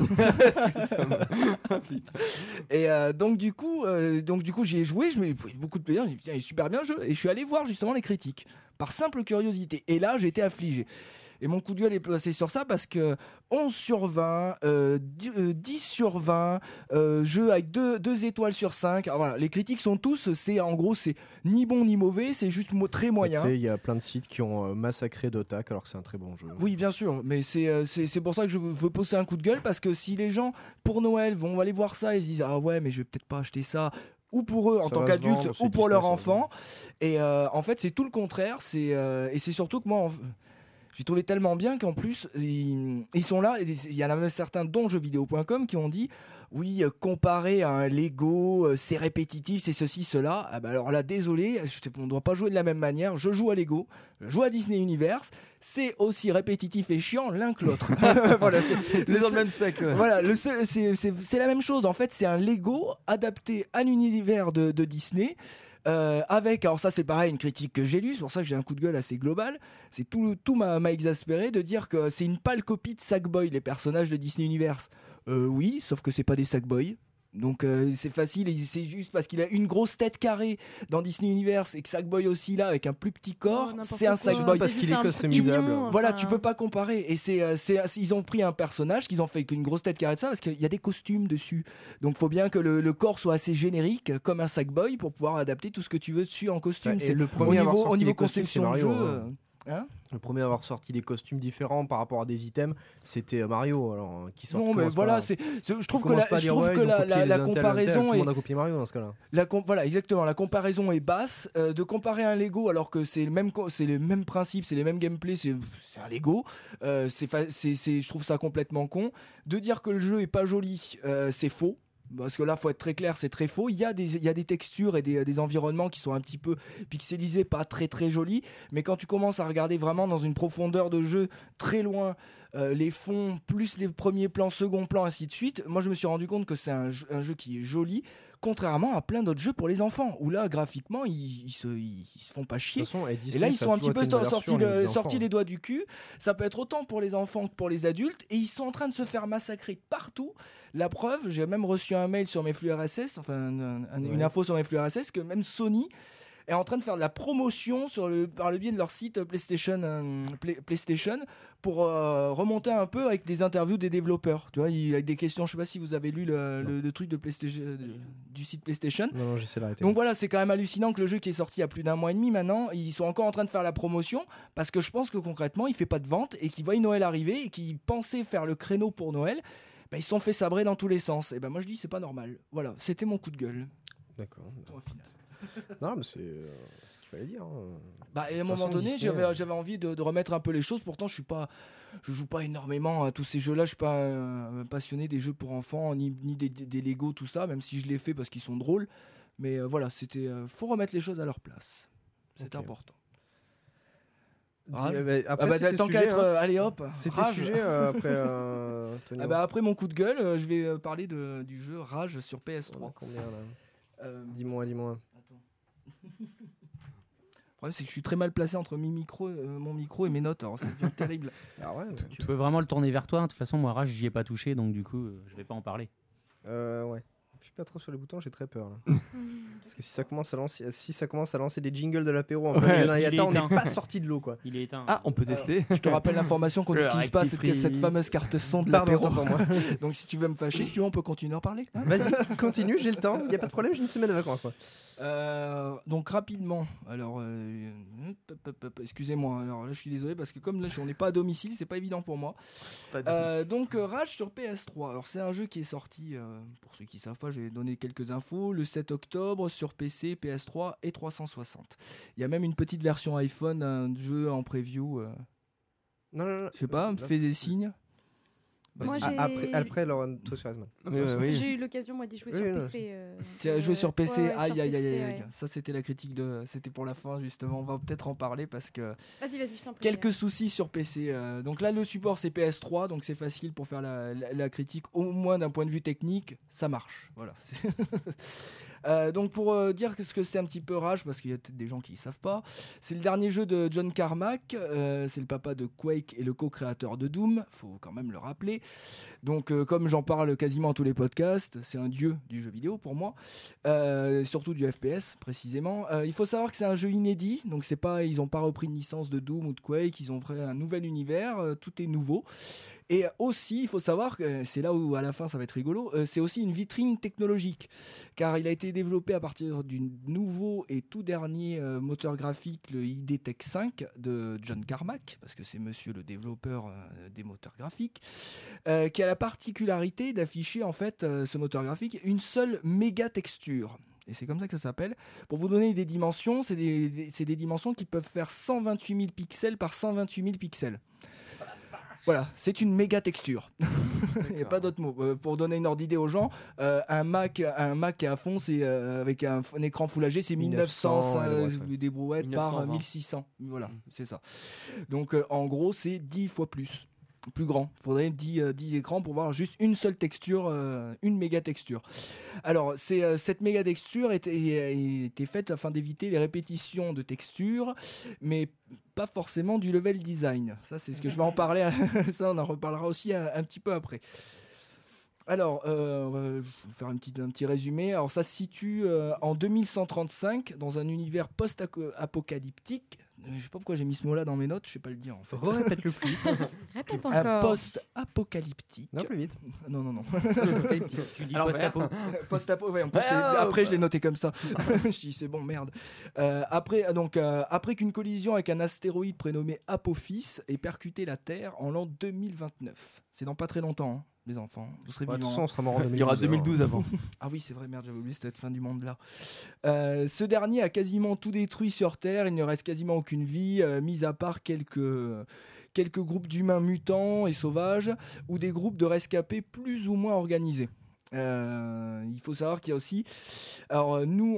Et donc du coup j'y ai joué, je me pris beaucoup de plaisir, j'ai dit putain, il est super bien le jeu, et je suis allé voir justement les critiques, par simple curiosité, et là j'ai été affligé. Et mon coup de gueule est placé sur ça parce que 11 sur 20, 10 sur 20, jeu avec 2 étoiles sur 5. Alors voilà, les critiques sont tous, en gros, c'est ni bon ni mauvais, c'est juste très moyen. Tu sais, il y a plein de sites qui ont massacré Dota alors que c'est un très bon jeu. Oui, bien sûr, mais c'est pour ça que je veux poser un coup de gueule parce que si les gens, pour Noël, vont aller voir ça et se disent « Ah ouais, mais je vais peut-être pas acheter ça », ou pour eux en Ça tant va se qu'adultes, vendre, c'est ou pour Disney, leur ça va se enfant. Et en fait, c'est tout le contraire. Et c'est surtout que moi... J'ai trouvé tellement bien qu'en plus, ils sont là. Il y en a même certains, dont jeuxvideo.com, qui ont dit oui, comparer à un Lego, c'est répétitif, c'est ceci, cela. Ah bah alors là, désolé, on ne doit pas jouer de la même manière. Je joue à Lego, je joue à Disney Universe, c'est aussi répétitif et chiant l'un que l'autre. Voilà, c'est dans le même sac. Ouais. Voilà, c'est la même chose. En fait, c'est un Lego adapté à l'univers de Disney. Avec, alors ça c'est pareil, une critique que j'ai lue, c'est pour ça que j'ai un coup de gueule assez global. C'est tout m'a exaspéré de dire que c'est une pâle copie de Sackboy, les personnages de Disney Universe. Oui, sauf que c'est pas des Sackboy. Donc c'est facile, et c'est juste parce qu'il a une grosse tête carrée dans Disney Universe et que Sackboy aussi là avec un plus petit corps, c'est un Sackboy parce qu'il est customisable. Voilà, tu peux pas comparer. Et ils ont pris un personnage qu'ils ont fait avec une grosse tête carrée de ça parce qu'il y a des costumes dessus. Donc faut bien que le corps soit assez générique comme un Sackboy pour pouvoir adapter tout ce que tu veux dessus en costume. C'est le premier au niveau conception de jeu. Hein, le premier à avoir sorti des costumes différents par rapport à des items, c'était Mario. Alors, non, mais voilà, je trouve que la comparaison tout le monde a copié Mario dans ce cas-là. Voilà, exactement. La comparaison est basse. De comparer un Lego alors que c'est les mêmes principes, c'est les mêmes gameplays, c'est un Lego. Je trouve ça complètement con. De dire que le jeu est pas joli, c'est faux. Parce que là, faut être très clair, c'est très faux. Il y a des textures et des environnements qui sont un petit peu pixelisés, pas très très jolis. Mais quand tu commences à regarder vraiment dans une profondeur de jeu très loin, les fonds plus les premiers plans, second plans, ainsi de suite, moi je me suis rendu compte que c'est un jeu qui est joli. Contrairement à plein d'autres jeux pour les enfants, où là, graphiquement, ils se font pas chier. Façon, et là, ils sont un petit peu sortis les doigts du cul. Ça peut être autant pour les enfants que pour les adultes. Et ils sont en train de se faire massacrer partout. La preuve, j'ai même reçu un mail sur mes flux RSS, enfin une info sur mes flux RSS, que même Sony est en train de faire de la promotion par le biais de leur site PlayStation pour remonter un peu avec des interviews des développeurs, tu vois, avec des questions. Je sais pas si vous avez lu le truc de PlayStation, du site PlayStation. Non, j'essaie d'arrêter. Donc voilà, c'est quand même hallucinant que le jeu qui est sorti il y a plus d'un mois et demi maintenant, ils sont encore en train de faire la promotion parce que je pense que concrètement il fait pas de vente et qu'ils voient Noël arriver et qu'ils pensaient faire le créneau pour Noël. Bah, ils se sont fait sabrer dans tous les sens. Et ben moi je dis c'est pas normal. Voilà, c'était mon coup de gueule. D'accord. Non, mais c'est ce qu'il fallait dire. Bah, et à un moment donné, j'avais envie de remettre un peu les choses. Pourtant, je joue pas énormément à tous ces jeux-là. Je suis pas passionné des jeux pour enfants, ni des Lego, tout ça, même si je les fais parce qu'ils sont drôles. Mais voilà, faut remettre les choses à leur place. C'est important. Tant qu'à être, allez hop, c'était le sujet après. Après mon coup de gueule, je vais parler du jeu Rage sur PS3. Combien là Dis-moi. Attends. Le problème c'est que je suis très mal placé entre mon micro et mes notes, alors c'est terrible. Ah ouais, tu peux vraiment le tourner vers toi. De toute façon, moi Rage, j'y ai pas touché, donc du coup, je vais pas en parler. Ouais. Je suis pas trop sur les boutons, j'ai très peur là. Parce que si ça commence à lancer des jingles de l'apéro en plein milieu, on n'est pas sorti de l'eau quoi. Il est éteint. Ah, on peut tester. Je te rappelle l'information qu'on n'utilise pas cette fameuse carte son de l'apéro pour moi. Donc si tu veux me fâcher, si tu veux, on peut continuer à en parler. Vas-y, continue, j'ai le temps, il y a pas de problème, j'ai une semaine de vacances moi. Donc rapidement, alors excusez-moi, alors là je suis désolé parce que comme là on n'est pas à domicile, c'est pas évident pour moi. Donc Rage sur PS3. Alors c'est un jeu qui est sorti, pour ceux qui savent pas, j'ai donné quelques infos, le 7 octobre sur PC, PS3 et 360. Il y a même une petite version iPhone, un jeu en preview. Non. Je sais pas, me fait des signes. Moi, après toi sur oui. J'ai eu l'occasion moi d'y jouer sur PC. Tu as joué sur PC, ouais, aïe. Ça c'était la critique c'était pour la fin justement. On va peut-être en parler parce que vas-y, je t'en prie. Quelques soucis sur PC. Donc là le support c'est PS3, donc c'est facile pour faire la critique au moins d'un point de vue technique, ça marche. Voilà. Donc pour dire ce que c'est un petit peu Rage, parce qu'il y a peut-être des gens qui ne savent pas, c'est le dernier jeu de John Carmack, c'est le papa de Quake et le co-créateur de Doom, faut quand même le rappeler. Donc comme j'en parle quasiment à tous les podcasts, c'est un dieu du jeu vidéo pour moi, surtout du FPS précisément. Il faut savoir que c'est un jeu inédit, donc ils n'ont pas repris une licence de Doom ou de Quake, ils ont fait un nouvel univers, tout est nouveau. Et aussi, il faut savoir que c'est là où à la fin ça va être rigolo, c'est aussi une vitrine technologique, car il a été développé à partir du nouveau et tout dernier moteur graphique, le ID Tech 5 de John Carmack, parce que c'est monsieur le développeur des moteurs graphiques, qui a la particularité d'afficher en fait ce moteur graphique une seule méga texture. Et c'est comme ça que ça s'appelle. Pour vous donner des dimensions, c'est des dimensions qui peuvent faire 128 000 pixels par 128 000 pixels. Voilà, c'est une méga texture. Il n'y a pas d'autre mot. Pour donner une ordre d'idée aux gens, un Mac qui est à fond, c'est avec un écran Full HD, c'est 1900 des brouettes par 1920. 1600. Voilà, c'est ça. Donc en gros, c'est 10 fois plus grand. Il faudrait 10 écrans pour voir juste une seule texture, une méga texture. Alors, cette méga texture était faite afin d'éviter les répétitions de textures, mais pas forcément du level design. Ça, c'est ce que je vais en parler. Ça, on en reparlera aussi un petit peu après. Alors, je vais faire un petit résumé. Alors, ça se situe en 2135 dans un univers post-apocalyptique. Je sais pas pourquoi j'ai mis ce mot-là dans mes notes, je sais pas le dire en fait. Répète-le plus vite. Répète Un encore. post-apocalyptique. Non, plus vite. Non. Tu dis Alors, post-apo. Post-apo, ouais, en plus, après je l'ai noté comme ça. Je dis c'est bon, merde. Après qu'une collision avec un astéroïde prénommé Apophis ait percuté la Terre en l'an 2029. C'est dans pas très longtemps, hein, les enfants. Vous serez De toute vivants. façon, on sera mort en 2012. Il y aura 2012 avant. Ah oui, c'est vrai, merde, j'avais oublié cette fin du monde là. Ce dernier a quasiment tout détruit sur Terre. Il ne reste quasiment aucune vie, mis à part quelques groupes d'humains mutants et sauvages ou des groupes de rescapés plus ou moins organisés. Il faut savoir qu'il y a aussi. Alors nous,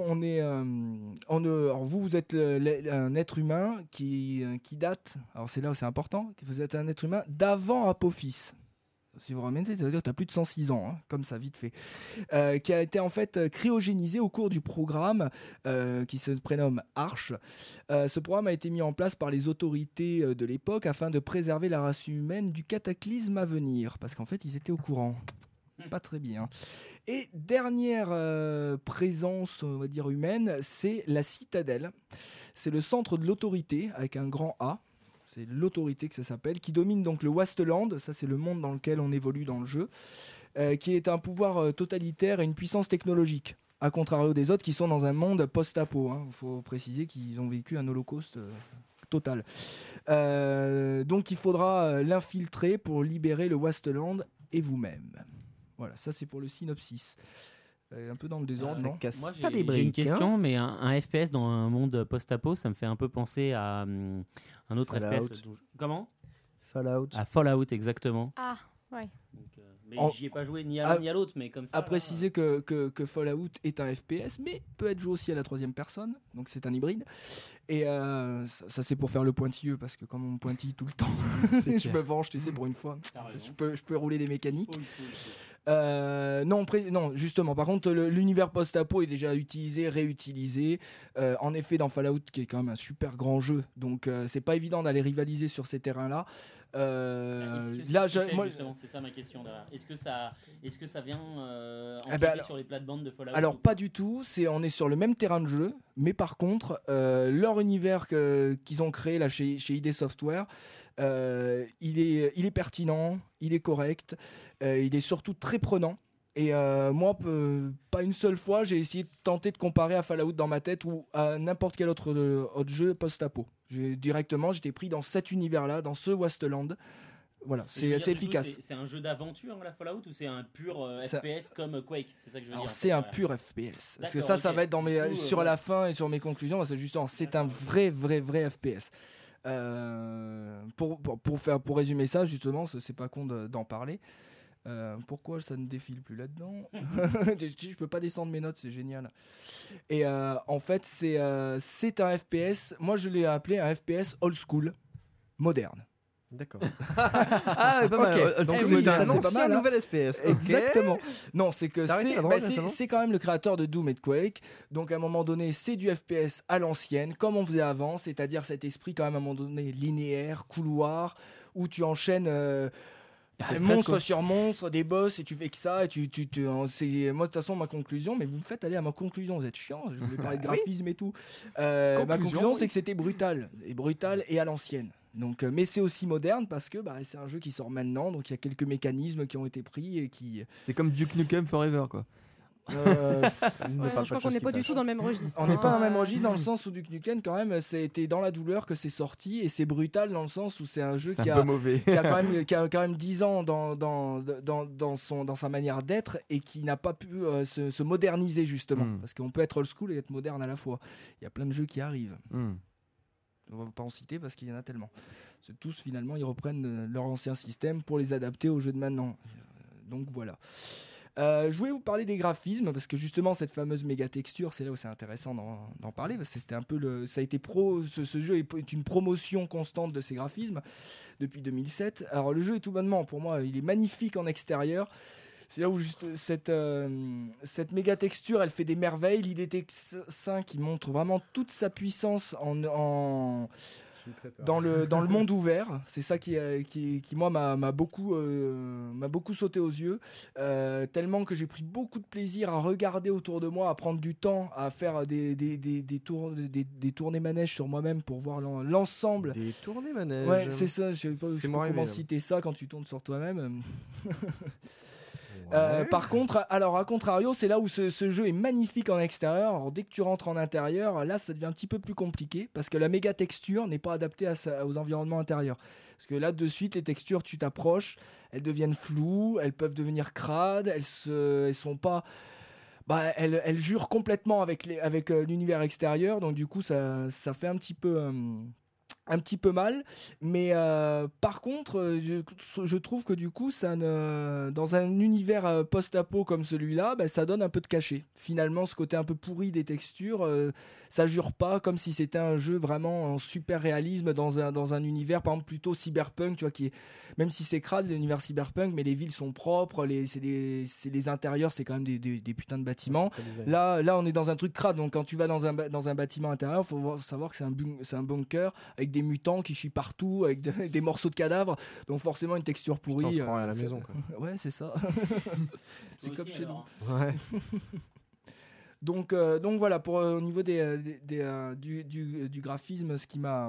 alors vous êtes un être humain qui date. Alors c'est là où c'est important. Que vous êtes un être humain d'avant Apophis. Si vous remettez, ça veut dire que tu as plus de 106 ans, hein, comme ça, vite fait. Qui a été en fait cryogénisé au cours du programme qui se prénomme Arche. Ce programme a été mis en place par les autorités de l'époque afin de préserver la race humaine du cataclysme à venir. Parce qu'en fait, ils étaient au courant. Pas très bien. Et dernière présence, on va dire, humaine, c'est la Citadelle. C'est le centre de l'autorité, avec un grand A. C'est l'autorité que ça s'appelle, qui domine donc le Wasteland, ça c'est le monde dans lequel on évolue dans le jeu, qui est un pouvoir totalitaire et une puissance technologique, à contrario des autres qui sont dans un monde post-apo. Il faut préciser qu'ils ont vécu un holocauste total. Donc il faudra l'infiltrer pour libérer le Wasteland et vous-même. Voilà, ça c'est pour le synopsis. Un peu dans le désordre, non ? Moi, pas des j'ai briques, une question, mais un FPS dans un monde post-apo, ça me fait un peu penser à un autre Fallout. FPS. Comment ? Fallout. À Fallout, exactement. Ah, ouais. Donc, mais En- j'y ai pas joué ni à l'un ni à l'autre, mais comme ça. À préciser que Fallout est un FPS, mais peut être joué aussi à la troisième personne, donc c'est un hybride. Et ça c'est pour faire le pointilleux, parce que comme on pointille tout le temps, je me venge, tu sais, pour une fois. T'as raison. Je peux rouler des mécaniques. Faut. Non, justement, par contre, l'univers post-apo est déjà utilisé, réutilisé. En effet, dans Fallout, qui est quand même un super grand jeu, donc c'est pas évident d'aller rivaliser sur ces terrains-là. Moi, justement, c'est ça ma question derrière. Est-ce que ça vient empiéter sur les plates-bandes de Fallout Alors ou pas du tout, on est sur le même terrain de jeu, mais par contre, leur univers qu'ils ont créé là chez ID Software, il est pertinent, il est correct, il est surtout très prenant. Et moi, pas une seule fois, j'ai essayé de tenter de comparer à Fallout dans ma tête ou à n'importe quel autre jeu post-apo. J'étais pris dans cet univers-là, dans ce Wasteland. Voilà, c'est assez efficace. C'est un jeu d'aventure, la Fallout, ou c'est un pur FPS comme Quake? C'est ça que je veux Alors dire. c'est un pur FPS. Parce que D'accord, ça ok. va être dans Du coup, sur ouais. la fin et sur mes conclusions. Parce que justement, c'est un vrai FPS. Pour résumer ça, justement, c'est pas con d'en parler. Pourquoi ça ne défile plus là-dedans? Je peux pas descendre mes notes, c'est génial. Et en fait, c'est un FPS. Moi, je l'ai appelé un FPS old school, moderne. D'accord. Ah, ouais, pas mal. Ok, donc oui, c'est ça, un c'est pas ancien mal, hein. nouvel SPS. Ok. Exactement. Non, c'est que T'as arrêté la drogue, récemment c'est quand même le créateur de Doom et de Quake. Donc à un moment donné, c'est du FPS à l'ancienne, comme on faisait avant, c'est-à-dire cet esprit quand même à un moment donné linéaire, couloir, où tu enchaînes monstre sur monstre, des boss, et tu fais que ça, et moi de toute façon ma conclusion, mais vous me faites aller à ma conclusion, vous êtes chiant, je voulais parler de graphisme et tout. Ma conclusion, c'est que c'était brutal et à l'ancienne. Donc, mais c'est aussi moderne parce que c'est un jeu qui sort maintenant, donc il y a quelques mécanismes qui ont été pris et qui. C'est comme Duke Nukem Forever, quoi. Ouais, je crois qu'on n'est pas du tout dans le même registre. On n'est pas dans le même hein. registre dans le sens où Duke Nukem quand même c'était dans la douleur que c'est sorti et c'est brutal dans le sens où c'est un jeu C'est un peu mauvais. qui a quand même 10 ans dans sa manière d'être et qui n'a pas pu se moderniser justement parce qu'on peut être old school et être moderne à la fois. Il y a plein de jeux qui arrivent. On va pas en citer parce qu'il y en a tellement. Tous finalement ils reprennent leur ancien système pour les adapter aux jeux de maintenant. Donc voilà. Je voulais vous parler des graphismes parce que justement cette fameuse méga texture, c'est là où c'est intéressant d'en parler parce que c'était un peu ça a été ce jeu est une promotion constante de ces graphismes depuis 2007. Alors le jeu est tout bonnement, pour moi, il est magnifique en extérieur. C'est là où juste cette méga texture, elle fait des merveilles. l'IDTX 5 qui montre vraiment toute sa puissance dans le monde ouvert. C'est ça qui moi m'a beaucoup sauté aux yeux, tellement que j'ai pris beaucoup de plaisir à regarder autour de moi, à prendre du temps, à faire des tournées manèges sur moi-même pour voir l'ensemble. Des tournées manèges. Ouais, c'est ça. Je sais pas comment citer ça quand tu tournes sur toi-même. Par contre, alors à contrario, c'est là où ce jeu est magnifique en extérieur. Alors, dès que tu rentres en intérieur, là ça devient un petit peu plus compliqué parce que la méga texture n'est pas adaptée aux environnements intérieurs. Parce que là de suite les textures, tu t'approches, elles deviennent floues, elles peuvent devenir crades, elles sont pas. Elles jurent complètement avec l'univers extérieur, donc du coup ça fait un petit peu mal, mais par contre je trouve que du coup dans un univers post-apo comme celui-là, ça donne un peu de cachet. Finalement ce côté un peu pourri des textures, ça jure pas comme si c'était un jeu vraiment en super réalisme dans un univers par exemple plutôt cyberpunk, tu vois, même si c'est crade l'univers cyberpunk, mais les villes sont propres, les intérieurs c'est quand même des putains de bâtiments. Là on est dans un truc crade, donc quand tu vas dans un bâtiment intérieur, faut savoir que c'est un bunker avec des mutants qui chient partout, avec des morceaux de cadavres, donc forcément une texture pourrie. On se prend à la maison, quoi. Ouais, c'est ça. C'est comme chez nous. Ouais. Donc voilà, pour au niveau du graphisme, ce qui m'a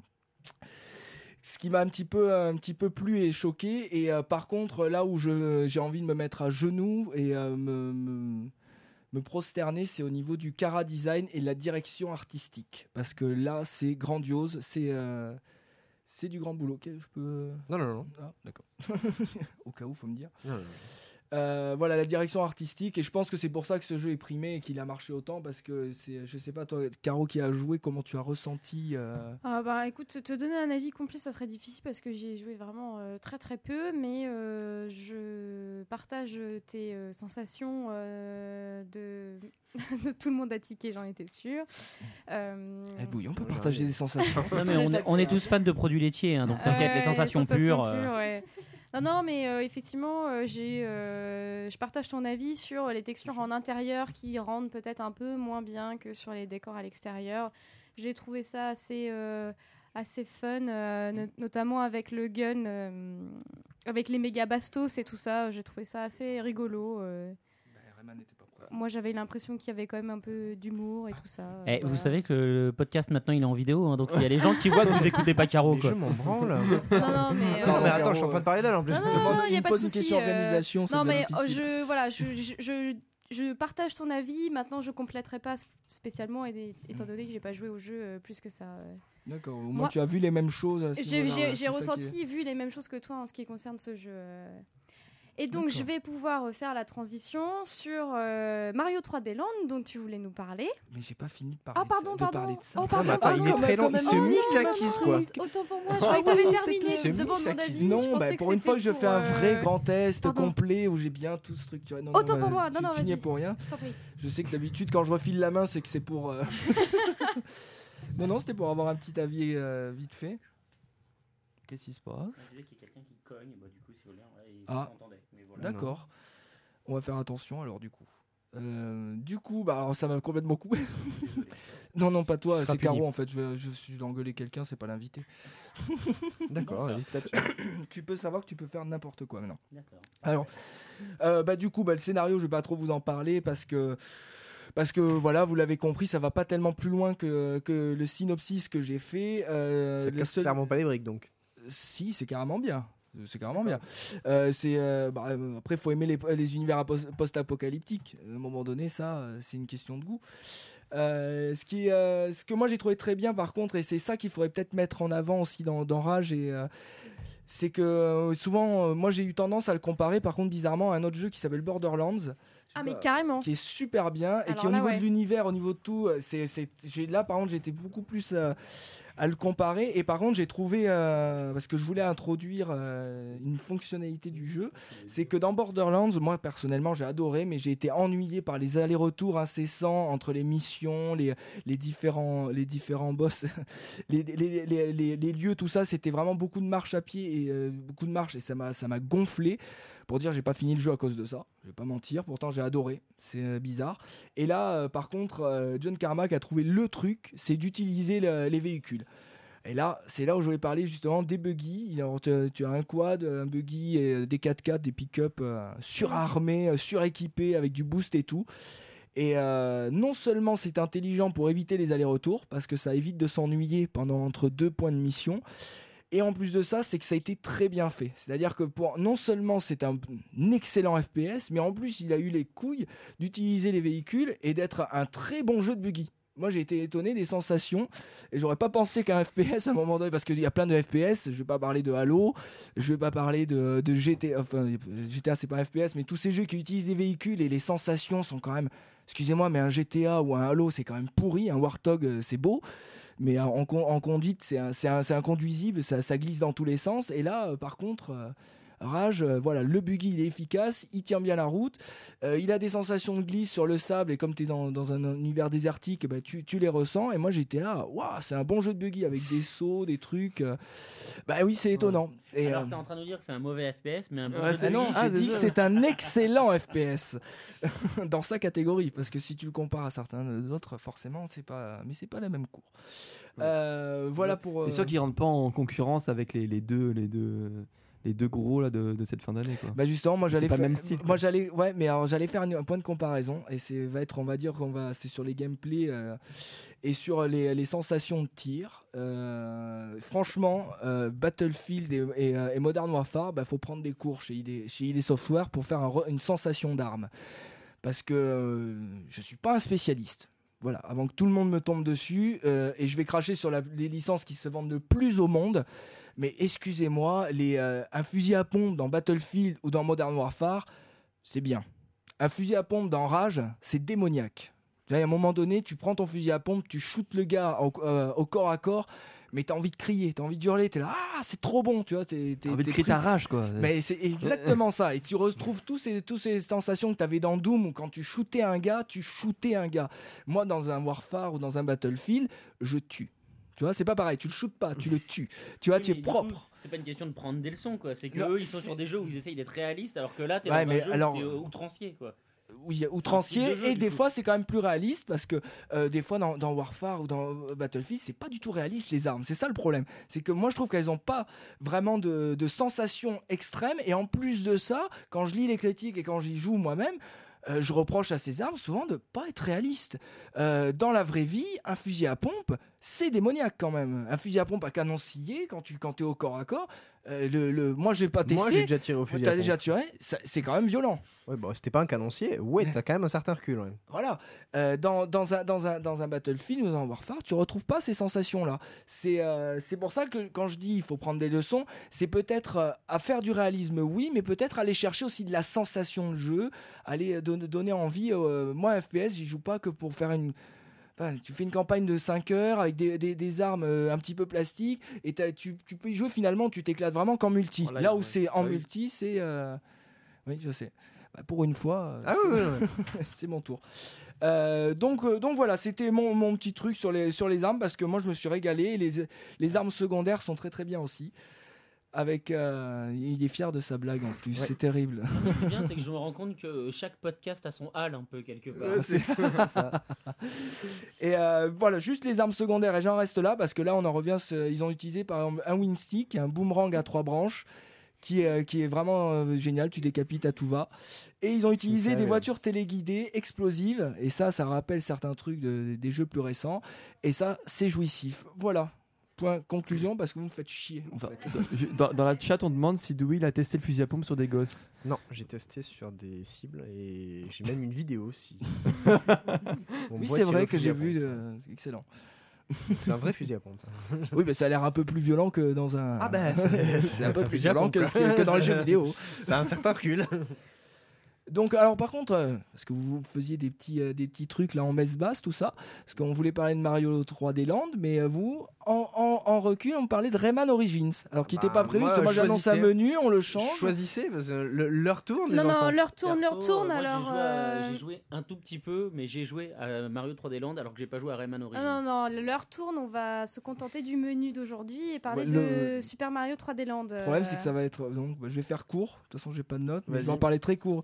un petit peu plu et choqué, et par contre là où j'ai envie de me mettre à genoux et me prosterner, c'est au niveau du chara design et la direction artistique, parce que là c'est grandiose, c'est du grand boulot. Okay, je peux... Non. Ah, d'accord. Au cas où, faut me dire. Non. Voilà la direction artistique, et je pense que c'est pour ça que ce jeu est primé et qu'il a marché autant, parce que je sais pas toi Caro qui a joué, comment tu as ressenti écoute, te donner un avis complet ça serait difficile parce que j'ai joué vraiment très très peu, mais je partage tes sensations de tout le monde a tiqué, j'en étais sûre. Oui, on peut partager des sensations. Non, mais on est tous fans de produits laitiers, hein, donc t'inquiète, les sensations pures. Ouais. Non, mais effectivement, je partage ton avis sur les textures en intérieur qui rendent peut-être un peu moins bien que sur les décors à l'extérieur. J'ai trouvé ça assez fun, notamment avec le gun, avec les méga bastos et tout ça. J'ai trouvé ça assez rigolo. Rayman n'était pas prêt. Moi, j'avais l'impression qu'il y avait quand même un peu d'humour et tout ça. Voilà. Vous savez que le podcast maintenant il est en vidéo, hein, donc il y a les gens qui voient que vous écoutez pas Caro. Je m'en branle. Non, mais Non, mais attends, je suis en train de parler d'elle en plus. Non, il y a pas de une souci. question organisation. Non, mais je partage ton avis. Maintenant, je compléterai pas spécialement, étant donné que j'ai pas joué au jeu plus que ça. D'accord. Au moins, tu as vu les mêmes choses. J'ai ressenti, vu les mêmes choses que toi en ce qui concerne ce jeu. Et donc, je vais pouvoir faire la transition sur Mario 3D Land, dont tu voulais nous parler. Mais j'ai pas fini de parler, pardon. parler de ça. Oh, pardon, attends, il est très long. Il se mixe à kiss, quoi. Autant pour moi, je croyais que tu avais terminé. Se Demande mixe à mon kiss. avis. Non, pour une fois que je fais un vrai grand test pardon. complet où j'ai bien tout structuré. Non, Autant pour moi. Non, tu n'y es vas-y. pour rien. Je t'en prie. Je sais que d'habitude, quand je refile la main, c'est que c'est pour. Non, c'était pour avoir un petit avis vite fait. Qu'est-ce qui se passe? Je disais qu'il y a quelqu'un qui cogne, bah, du coup, si vous voulez, il s'entendait. Mais voilà. D'accord. On va faire attention alors, du coup. Alors, ça m'a complètement coupé. non, pas toi, c'est Caro en fait. Je vais engueuler quelqu'un, c'est pas l'invité. D'accord, vas-y, tu peux savoir que tu peux faire n'importe quoi maintenant. D'accord. Alors, du coup, le scénario, je vais pas trop vous en parler parce que voilà, vous l'avez compris, ça va pas tellement plus loin que le synopsis que j'ai fait. Ça casse clairement pas les briques donc. Si, c'est carrément bien. Après, faut aimer les univers post-apocalyptiques. À un moment donné, ça, c'est une question de goût. Ce que moi j'ai trouvé très bien, par contre, et c'est ça qu'il faudrait peut-être mettre en avant aussi dans Rage, c'est que souvent, moi j'ai eu tendance à le comparer, par contre, bizarrement, à un autre jeu qui s'appelle Borderlands. Mais carrément. Qui est super bien. Alors et qui, au niveau de l'univers, au niveau de tout, là, par contre, j'étais beaucoup plus à le comparer. Et par contre, j'ai trouvé, parce que je voulais introduire une fonctionnalité du jeu, c'est que dans Borderlands, moi personnellement j'ai adoré, mais j'ai été ennuyé par les allers-retours incessants entre les missions, les différents boss, les lieux, tout ça. C'était vraiment beaucoup de marche à pied et beaucoup de marche, et ça m'a gonflé. Pour dire, j'ai pas fini le jeu à cause de ça, je vais pas mentir, pourtant j'ai adoré, c'est bizarre. Et là, par contre, John Carmack a trouvé le truc, c'est d'utiliser les véhicules. Et là, c'est là où je voulais parler justement des buggy. Alors, tu as un quad, un buggy, et des 4x4, des pick-up surarmés, suréquipés, avec du boost et tout. Et non seulement c'est intelligent pour éviter les allers-retours, parce que ça évite de s'ennuyer entre 2 points de mission. Et en plus de ça, c'est que ça a été très bien fait. C'est-à-dire que non seulement c'est un excellent FPS, mais en plus il a eu les couilles d'utiliser les véhicules et d'être un très bon jeu de buggy. Moi j'ai été étonné des sensations et j'aurais pas pensé qu'un FPS à un moment donné, parce qu'il y a plein de FPS, je vais pas parler de Halo, je vais pas parler de GTA, enfin GTA c'est pas un FPS, mais tous ces jeux qui utilisent des véhicules et les sensations sont quand même, excusez-moi, mais un GTA ou un Halo c'est quand même pourri, un Warthog c'est beau. Mais en conduite, c'est inconduisible, ça glisse dans tous les sens. Et là, par contre, Rage, voilà, le buggy, il est efficace, il tient bien la route. Il a des sensations de glisse sur le sable. Et comme tu es dans un univers désertique, bah, tu les ressens. Et moi, j'étais là, waouh, c'est un bon jeu de buggy avec des sauts, des trucs. Bah oui, c'est étonnant. Et alors, tu es en train de nous dire que c'est un mauvais FPS, mais un bon jeu de buggy. Non, j'ai dit que c'est un excellent FPS dans sa catégorie. Parce que si tu le compares à certains autres, forcément, c'est pas la même cour. Voilà pour. C'est sûr qu'ils rentrent pas en concurrence avec les deux gros là de cette fin d'année, quoi. Bah justement, moi j'allais pas le même style, j'allais faire un point de comparaison et on va dire c'est sur les gameplays et sur les sensations de tir. Franchement, Battlefield et Modern Warfare, faut prendre des cours chez ID Software pour faire une sensation d'arme, parce que je suis pas un spécialiste. Voilà, avant que tout le monde me tombe dessus, et je vais cracher sur les licences qui se vendent le plus au monde. Mais excusez-moi, un fusil à pompe dans Battlefield ou dans Modern Warfare, c'est bien. Un fusil à pompe dans Rage, c'est démoniaque. À un moment donné, tu prends ton fusil à pompe, tu shootes le gars au corps à corps, mais t'as envie de crier, t'as envie d'hurler, t'es là, ah, c'est trop bon, tu vois. T'as envie de crier ta rage, quoi. Mais c'est exactement ça. Et tu retrouves toutes ces sensations que t'avais dans Doom, où quand tu shootais un gars, Moi, dans un Warfare ou dans un Battlefield, je tue. Tu vois, c'est pas pareil, tu le shootes pas, tu le tues. Tu vois, tu es propre. Coup, c'est pas une question de prendre des leçons, quoi. C'est qu'eux, ils sont sur des jeux où ils essayent d'être réalistes, alors que là, t'es dans un jeu où t'es outrancier, quoi. Oui, outrancier, et des fois c'est quand même plus réaliste, parce que des fois dans Warfare ou dans Battlefield, c'est pas du tout réaliste les armes. C'est ça le problème. C'est que moi je trouve qu'elles ont pas vraiment de sensations extrêmes, et en plus de ça, quand je lis les critiques et quand j'y joue moi-même, je reproche à ces armes souvent de pas être réaliste. Dans la vraie vie, un fusil à pompe, c'est démoniaque quand même. Un fusil à pompe à canon scié, quand t'es au corps à corps, moi j'ai pas testé. Moi j'ai déjà tiré au fusil à pompe. T'as déjà tiré, c'est quand même violent. Ouais, bah c'était pas un canoncier. Ouais, t'as quand même un certain recul. Ouais. Voilà. Dans un Battlefield ou dans un Warfare, tu retrouves pas ces sensations-là. C'est pour ça que quand je dis il faut prendre des leçons, c'est peut-être à faire du réalisme, oui, mais peut-être aller chercher aussi de la sensation de jeu, aller donner envie. Moi, FPS, j'y joue pas que pour faire tu fais une campagne de 5 heures avec des armes un petit peu plastiques, et tu peux y jouer, finalement tu t'éclates vraiment qu'en multi. Là où c'est en multi, c'est oui, je sais. Pour une fois, c'est mon tour. Donc voilà, c'était mon petit truc sur les armes, parce que moi je me suis régalé. Les armes secondaires sont très très bien aussi. Il est fier de sa blague en plus, c'est terrible. Ce qui est bien, c'est que je me rends compte que chaque podcast a son hall un peu quelque part. C'est ça. Et voilà, juste les armes secondaires, et j'en reste là parce que là on en revient. Ils ont utilisé par exemple un Winstick, un boomerang à 3 branches, qui est vraiment génial, tu décapites à tout va. Et ils ont utilisé des voitures téléguidées explosives, et ça rappelle certains trucs des jeux plus récents, et ça c'est jouissif. Voilà. Point conclusion, parce que vous me faites chier en fait. Dans la chat, on demande si Dewey a testé le fusil à pompe sur des gosses. Non, j'ai testé sur des cibles, et j'ai même une vidéo aussi. Oui, c'est vrai que j'ai vu. Excellent. C'est un vrai fusil à pompe. Oui, mais ça a l'air un peu plus violent que dans un. Ah ben, c'est un peu plus violent que dans les jeux vidéo. C'est un certain recul. Donc, alors par contre, parce que vous faisiez des petits trucs là en messe basse, tout ça, parce qu'on voulait parler de Mario 3D Land, mais vous, en recul, on me parlait de Rayman Origins, alors qui n'était pas prévu. moi, Parce que moi j'annonce un menu, on le change. Choisissez, parce que leur tourne, les Non, enfants. non, leur tourne, Moi, alors. j'ai joué un tout petit peu, mais j'ai joué à Mario 3D Land alors que j'ai pas joué à Rayman Origins. Non, leur tourne, on va se contenter du menu d'aujourd'hui et parler Ouais, de Super Mario 3D Land. Le problème, c'est que ça va être. Donc, je vais faire court. De toute façon, j'ai pas de notes, mais je vais Vas-y. en parler très court.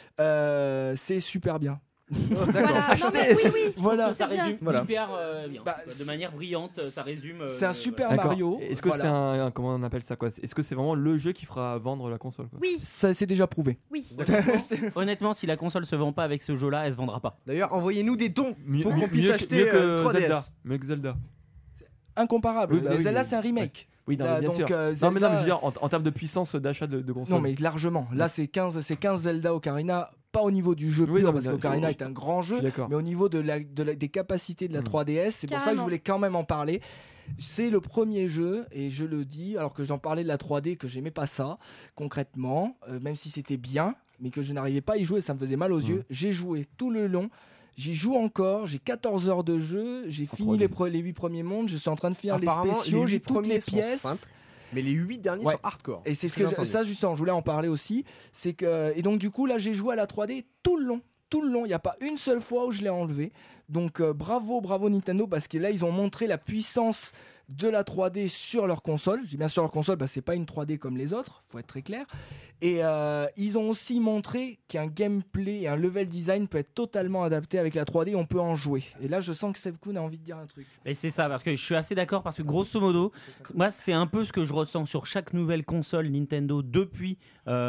C'est super bien. Voilà, non, mais oui. Voilà. C'est Ça bien. résume Voilà. hyper bien. Bah, De manière brillante, ça résume. C'est un super D'accord. Mario. Est-ce que Voilà. c'est un comment on appelle ça quoi? Est-ce que c'est vraiment le jeu qui fera vendre la console quoi? Oui, Ça, c'est déjà prouvé. oui. Honnêtement, si la console se vend pas avec ce jeu-là, elle se vendra pas. D'ailleurs, envoyez-nous des dons Mieux, pour qu'on puisse mieux acheter mieux que 3DS. Zelda. Mieux que Zelda. Incomparable. Oui, bah oui, Zelda, oui. c'est un remake. Oui, non, Là, mais bien donc, sûr. Zelda- Non, mais je veux dire, en termes de puissance d'achat de console. Non, mais largement. Là, c'est 15 Zelda Ocarina, pas au niveau du jeu Oui, pur, non, parce mais qu'Ocarina je- est un grand Je jeu, suis d'accord. mais au niveau des capacités de la 3DS, c'est pour ça que je Carrément. voulais quand même en parler. C'est le premier jeu, et je le dis, alors que j'en parlais de la 3D, que j'aimais pas ça, concrètement, même si c'était bien, mais que je n'arrivais pas à y jouer, ça me faisait mal aux yeux. J'ai joué tout le long. J'y joue encore, j'ai 14 heures de jeu, j'ai fini 3D. les 8 premiers mondes, je suis en train de finir les Apparemment, spéciaux, les j'ai huit toutes les premiers sont pièces. simples, mais les 8 derniers Ouais. sont hardcore. Et c'est ce j'ai que entendu. ça justement, je voulais en parler aussi, c'est que et donc du coup là j'ai joué à la 3D tout le long, il n'y a pas une seule fois où je l'ai enlevé. Donc bravo Nintendo parce que là ils ont montré la puissance de la 3D sur leur console. Je dis bien sur leur console parce que c'est pas une 3D comme les autres, faut être très clair. Et ils ont aussi montré qu'un gameplay et un level design peut être totalement adapté avec la 3D, on peut en jouer. Et là je sens que Sevkoun a envie de dire un truc. Et c'est ça, parce que je suis assez d'accord, parce que grosso modo, moi c'est un peu ce que je ressens sur chaque nouvelle console Nintendo depuis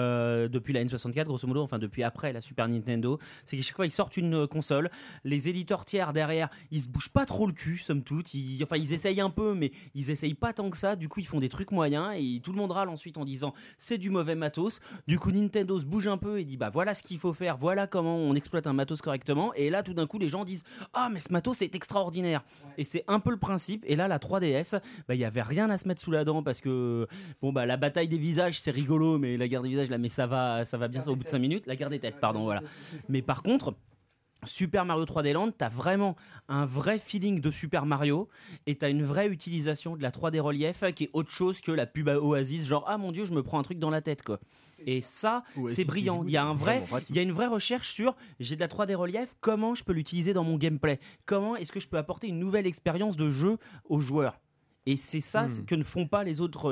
la N64, grosso modo, enfin depuis après la Super Nintendo, c'est qu'à chaque fois ils sortent une console, les éditeurs tiers derrière, ils se bougent pas trop le cul, somme toute, ils essayent un peu, mais ils essayent pas tant que ça, du coup ils font des trucs moyens, et tout le monde râle ensuite en disant c'est du mauvais matos, du coup Nintendo se bouge un peu et dit bah voilà ce qu'il faut faire, voilà comment on exploite un matos correctement, et là tout d'un coup les gens disent ah mais ce matos c'est extraordinaire, et c'est un peu le principe. Et là la 3DS, bah il y avait rien à se mettre sous la dent, parce que bon bah la bataille des visages c'est rigolo, mais la guerre des visages là, mais ça va bien ça au bout de 5 minutes, la guerre des têtes pardon, voilà. Mais par contre Super Mario 3D Land, t'as vraiment un vrai feeling de Super Mario, et t'as une vraie utilisation de la 3D relief qui est autre chose que la pub à Oasis, genre ah mon dieu je me prends un truc dans la tête quoi. Et ça Ouais, c'est si, brillant. si, Il y a un vrai, vraiment pratique. il y a une vraie recherche sur j'ai de la 3D relief, comment je peux l'utiliser dans mon gameplay, comment est-ce que je peux apporter une nouvelle expérience de jeu aux joueurs. Et c'est ça que ne font pas les autres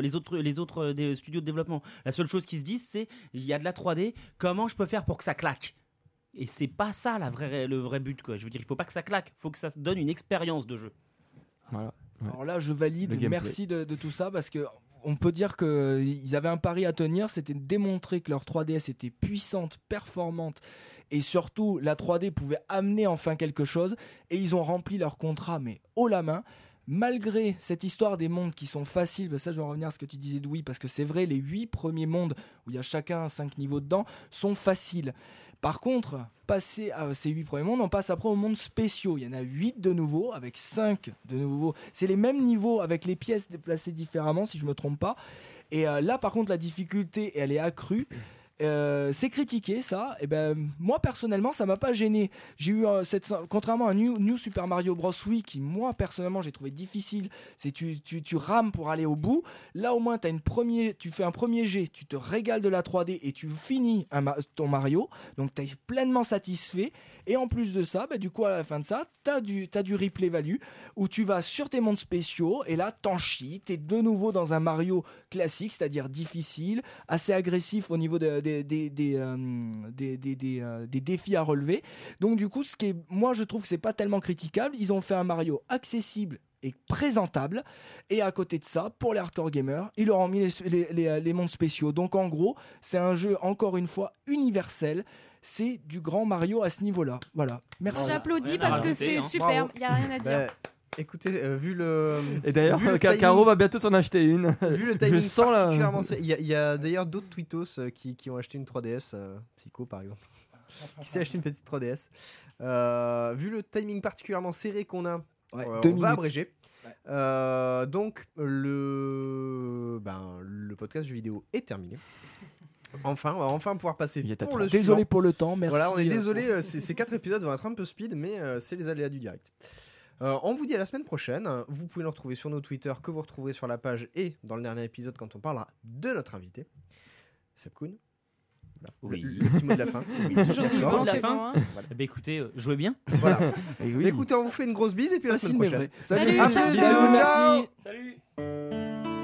des studios de développement. La seule chose qu'ils se disent c'est il y a de la 3D, comment je peux faire pour que ça claque. Et c'est pas ça le vrai but quoi. Je veux dire, il faut pas que ça claque, il faut que ça donne une expérience de jeu. Voilà. Ouais. Alors là, je Le valide, gameplay. merci de tout ça parce que on peut dire qu'ils avaient un pari à tenir, c'était de démontrer que leur 3DS était puissante, performante et surtout la 3D pouvait amener enfin quelque chose, et ils ont rempli leur contrat mais haut la main. Malgré cette histoire des mondes qui sont faciles, ça je vais en revenir à ce que tu disais Louis, parce que c'est vrai, les 8 premiers mondes où il y a chacun 5 niveaux dedans sont faciles. Par contre, passer à ces 8 premiers mondes, on passe après aux mondes spéciaux. Il y en a 8 de nouveau, avec 5 de nouveau. C'est les mêmes niveaux avec les pièces déplacées différemment, si je ne me trompe pas. Et là, par contre, la difficulté, elle est accrue. C'est critiqué ça, et ben moi personnellement ça m'a pas gêné. J'ai eu contrairement à New Super Mario Bros Wii qui moi personnellement j'ai trouvé difficile, c'est tu rames pour aller au bout. Là au moins tu fais un premier jet, tu te régales de la 3D et tu finis ton Mario, donc tu es pleinement satisfait. Et en plus de ça, du coup à la fin de ça, t'as du replay value où tu vas sur tes mondes spéciaux et là t'en chies, t'es de nouveau dans un Mario classique, c'est-à-dire difficile, assez agressif au niveau des défis à relever. Donc du coup, moi je trouve que c'est pas tellement critiquable. Ils ont fait un Mario accessible et présentable, et à côté de ça, pour les hardcore gamers, ils leur ont mis les mondes spéciaux. Donc en gros, c'est un jeu encore une fois universel. C'est du grand Mario à ce niveau-là. Voilà. Merci. J'applaudis Rien à parce que rajouter, c'est hein. superbe, Bravo. il n'y a rien à dire. Bah, écoutez, vu le. Et d'ailleurs, Vu le Caro timing- va bientôt s'en acheter une. Vu le timing Je sens la- particulièrement il y a d'ailleurs d'autres tweetos qui ont acheté une 3DS, Psycho par exemple, qui s'est acheté une petite 3DS. Vu le timing particulièrement serré qu'on a, Ouais, on 2 va minutes. abréger. Donc le podcast jeu vidéo est terminé. Enfin, on va enfin pouvoir passer Il y a ta pour le Désolé pour le temps, merci. Voilà, on est désolé, ces 4 épisodes vont être un peu speed, mais c'est les aléas du direct. On vous dit à la semaine prochaine. Vous pouvez nous retrouver sur nos Twitter, que vous retrouverez sur la page et dans le dernier épisode quand on parlera de notre invité, Seb Kuhn. Voilà. Oui. Le petit mot de la fin. Oui, Toujours d'accord. vivant, de la c'est fin. bon. Hein. Eh ben, écoutez, jouez bien. Voilà. Et oui. Écoutez, on vous fait une grosse bise et puis à la Facile, semaine mais prochaine. vrai. Salut, À ciao, plus, ciao. Salut, ciao. merci. Salut.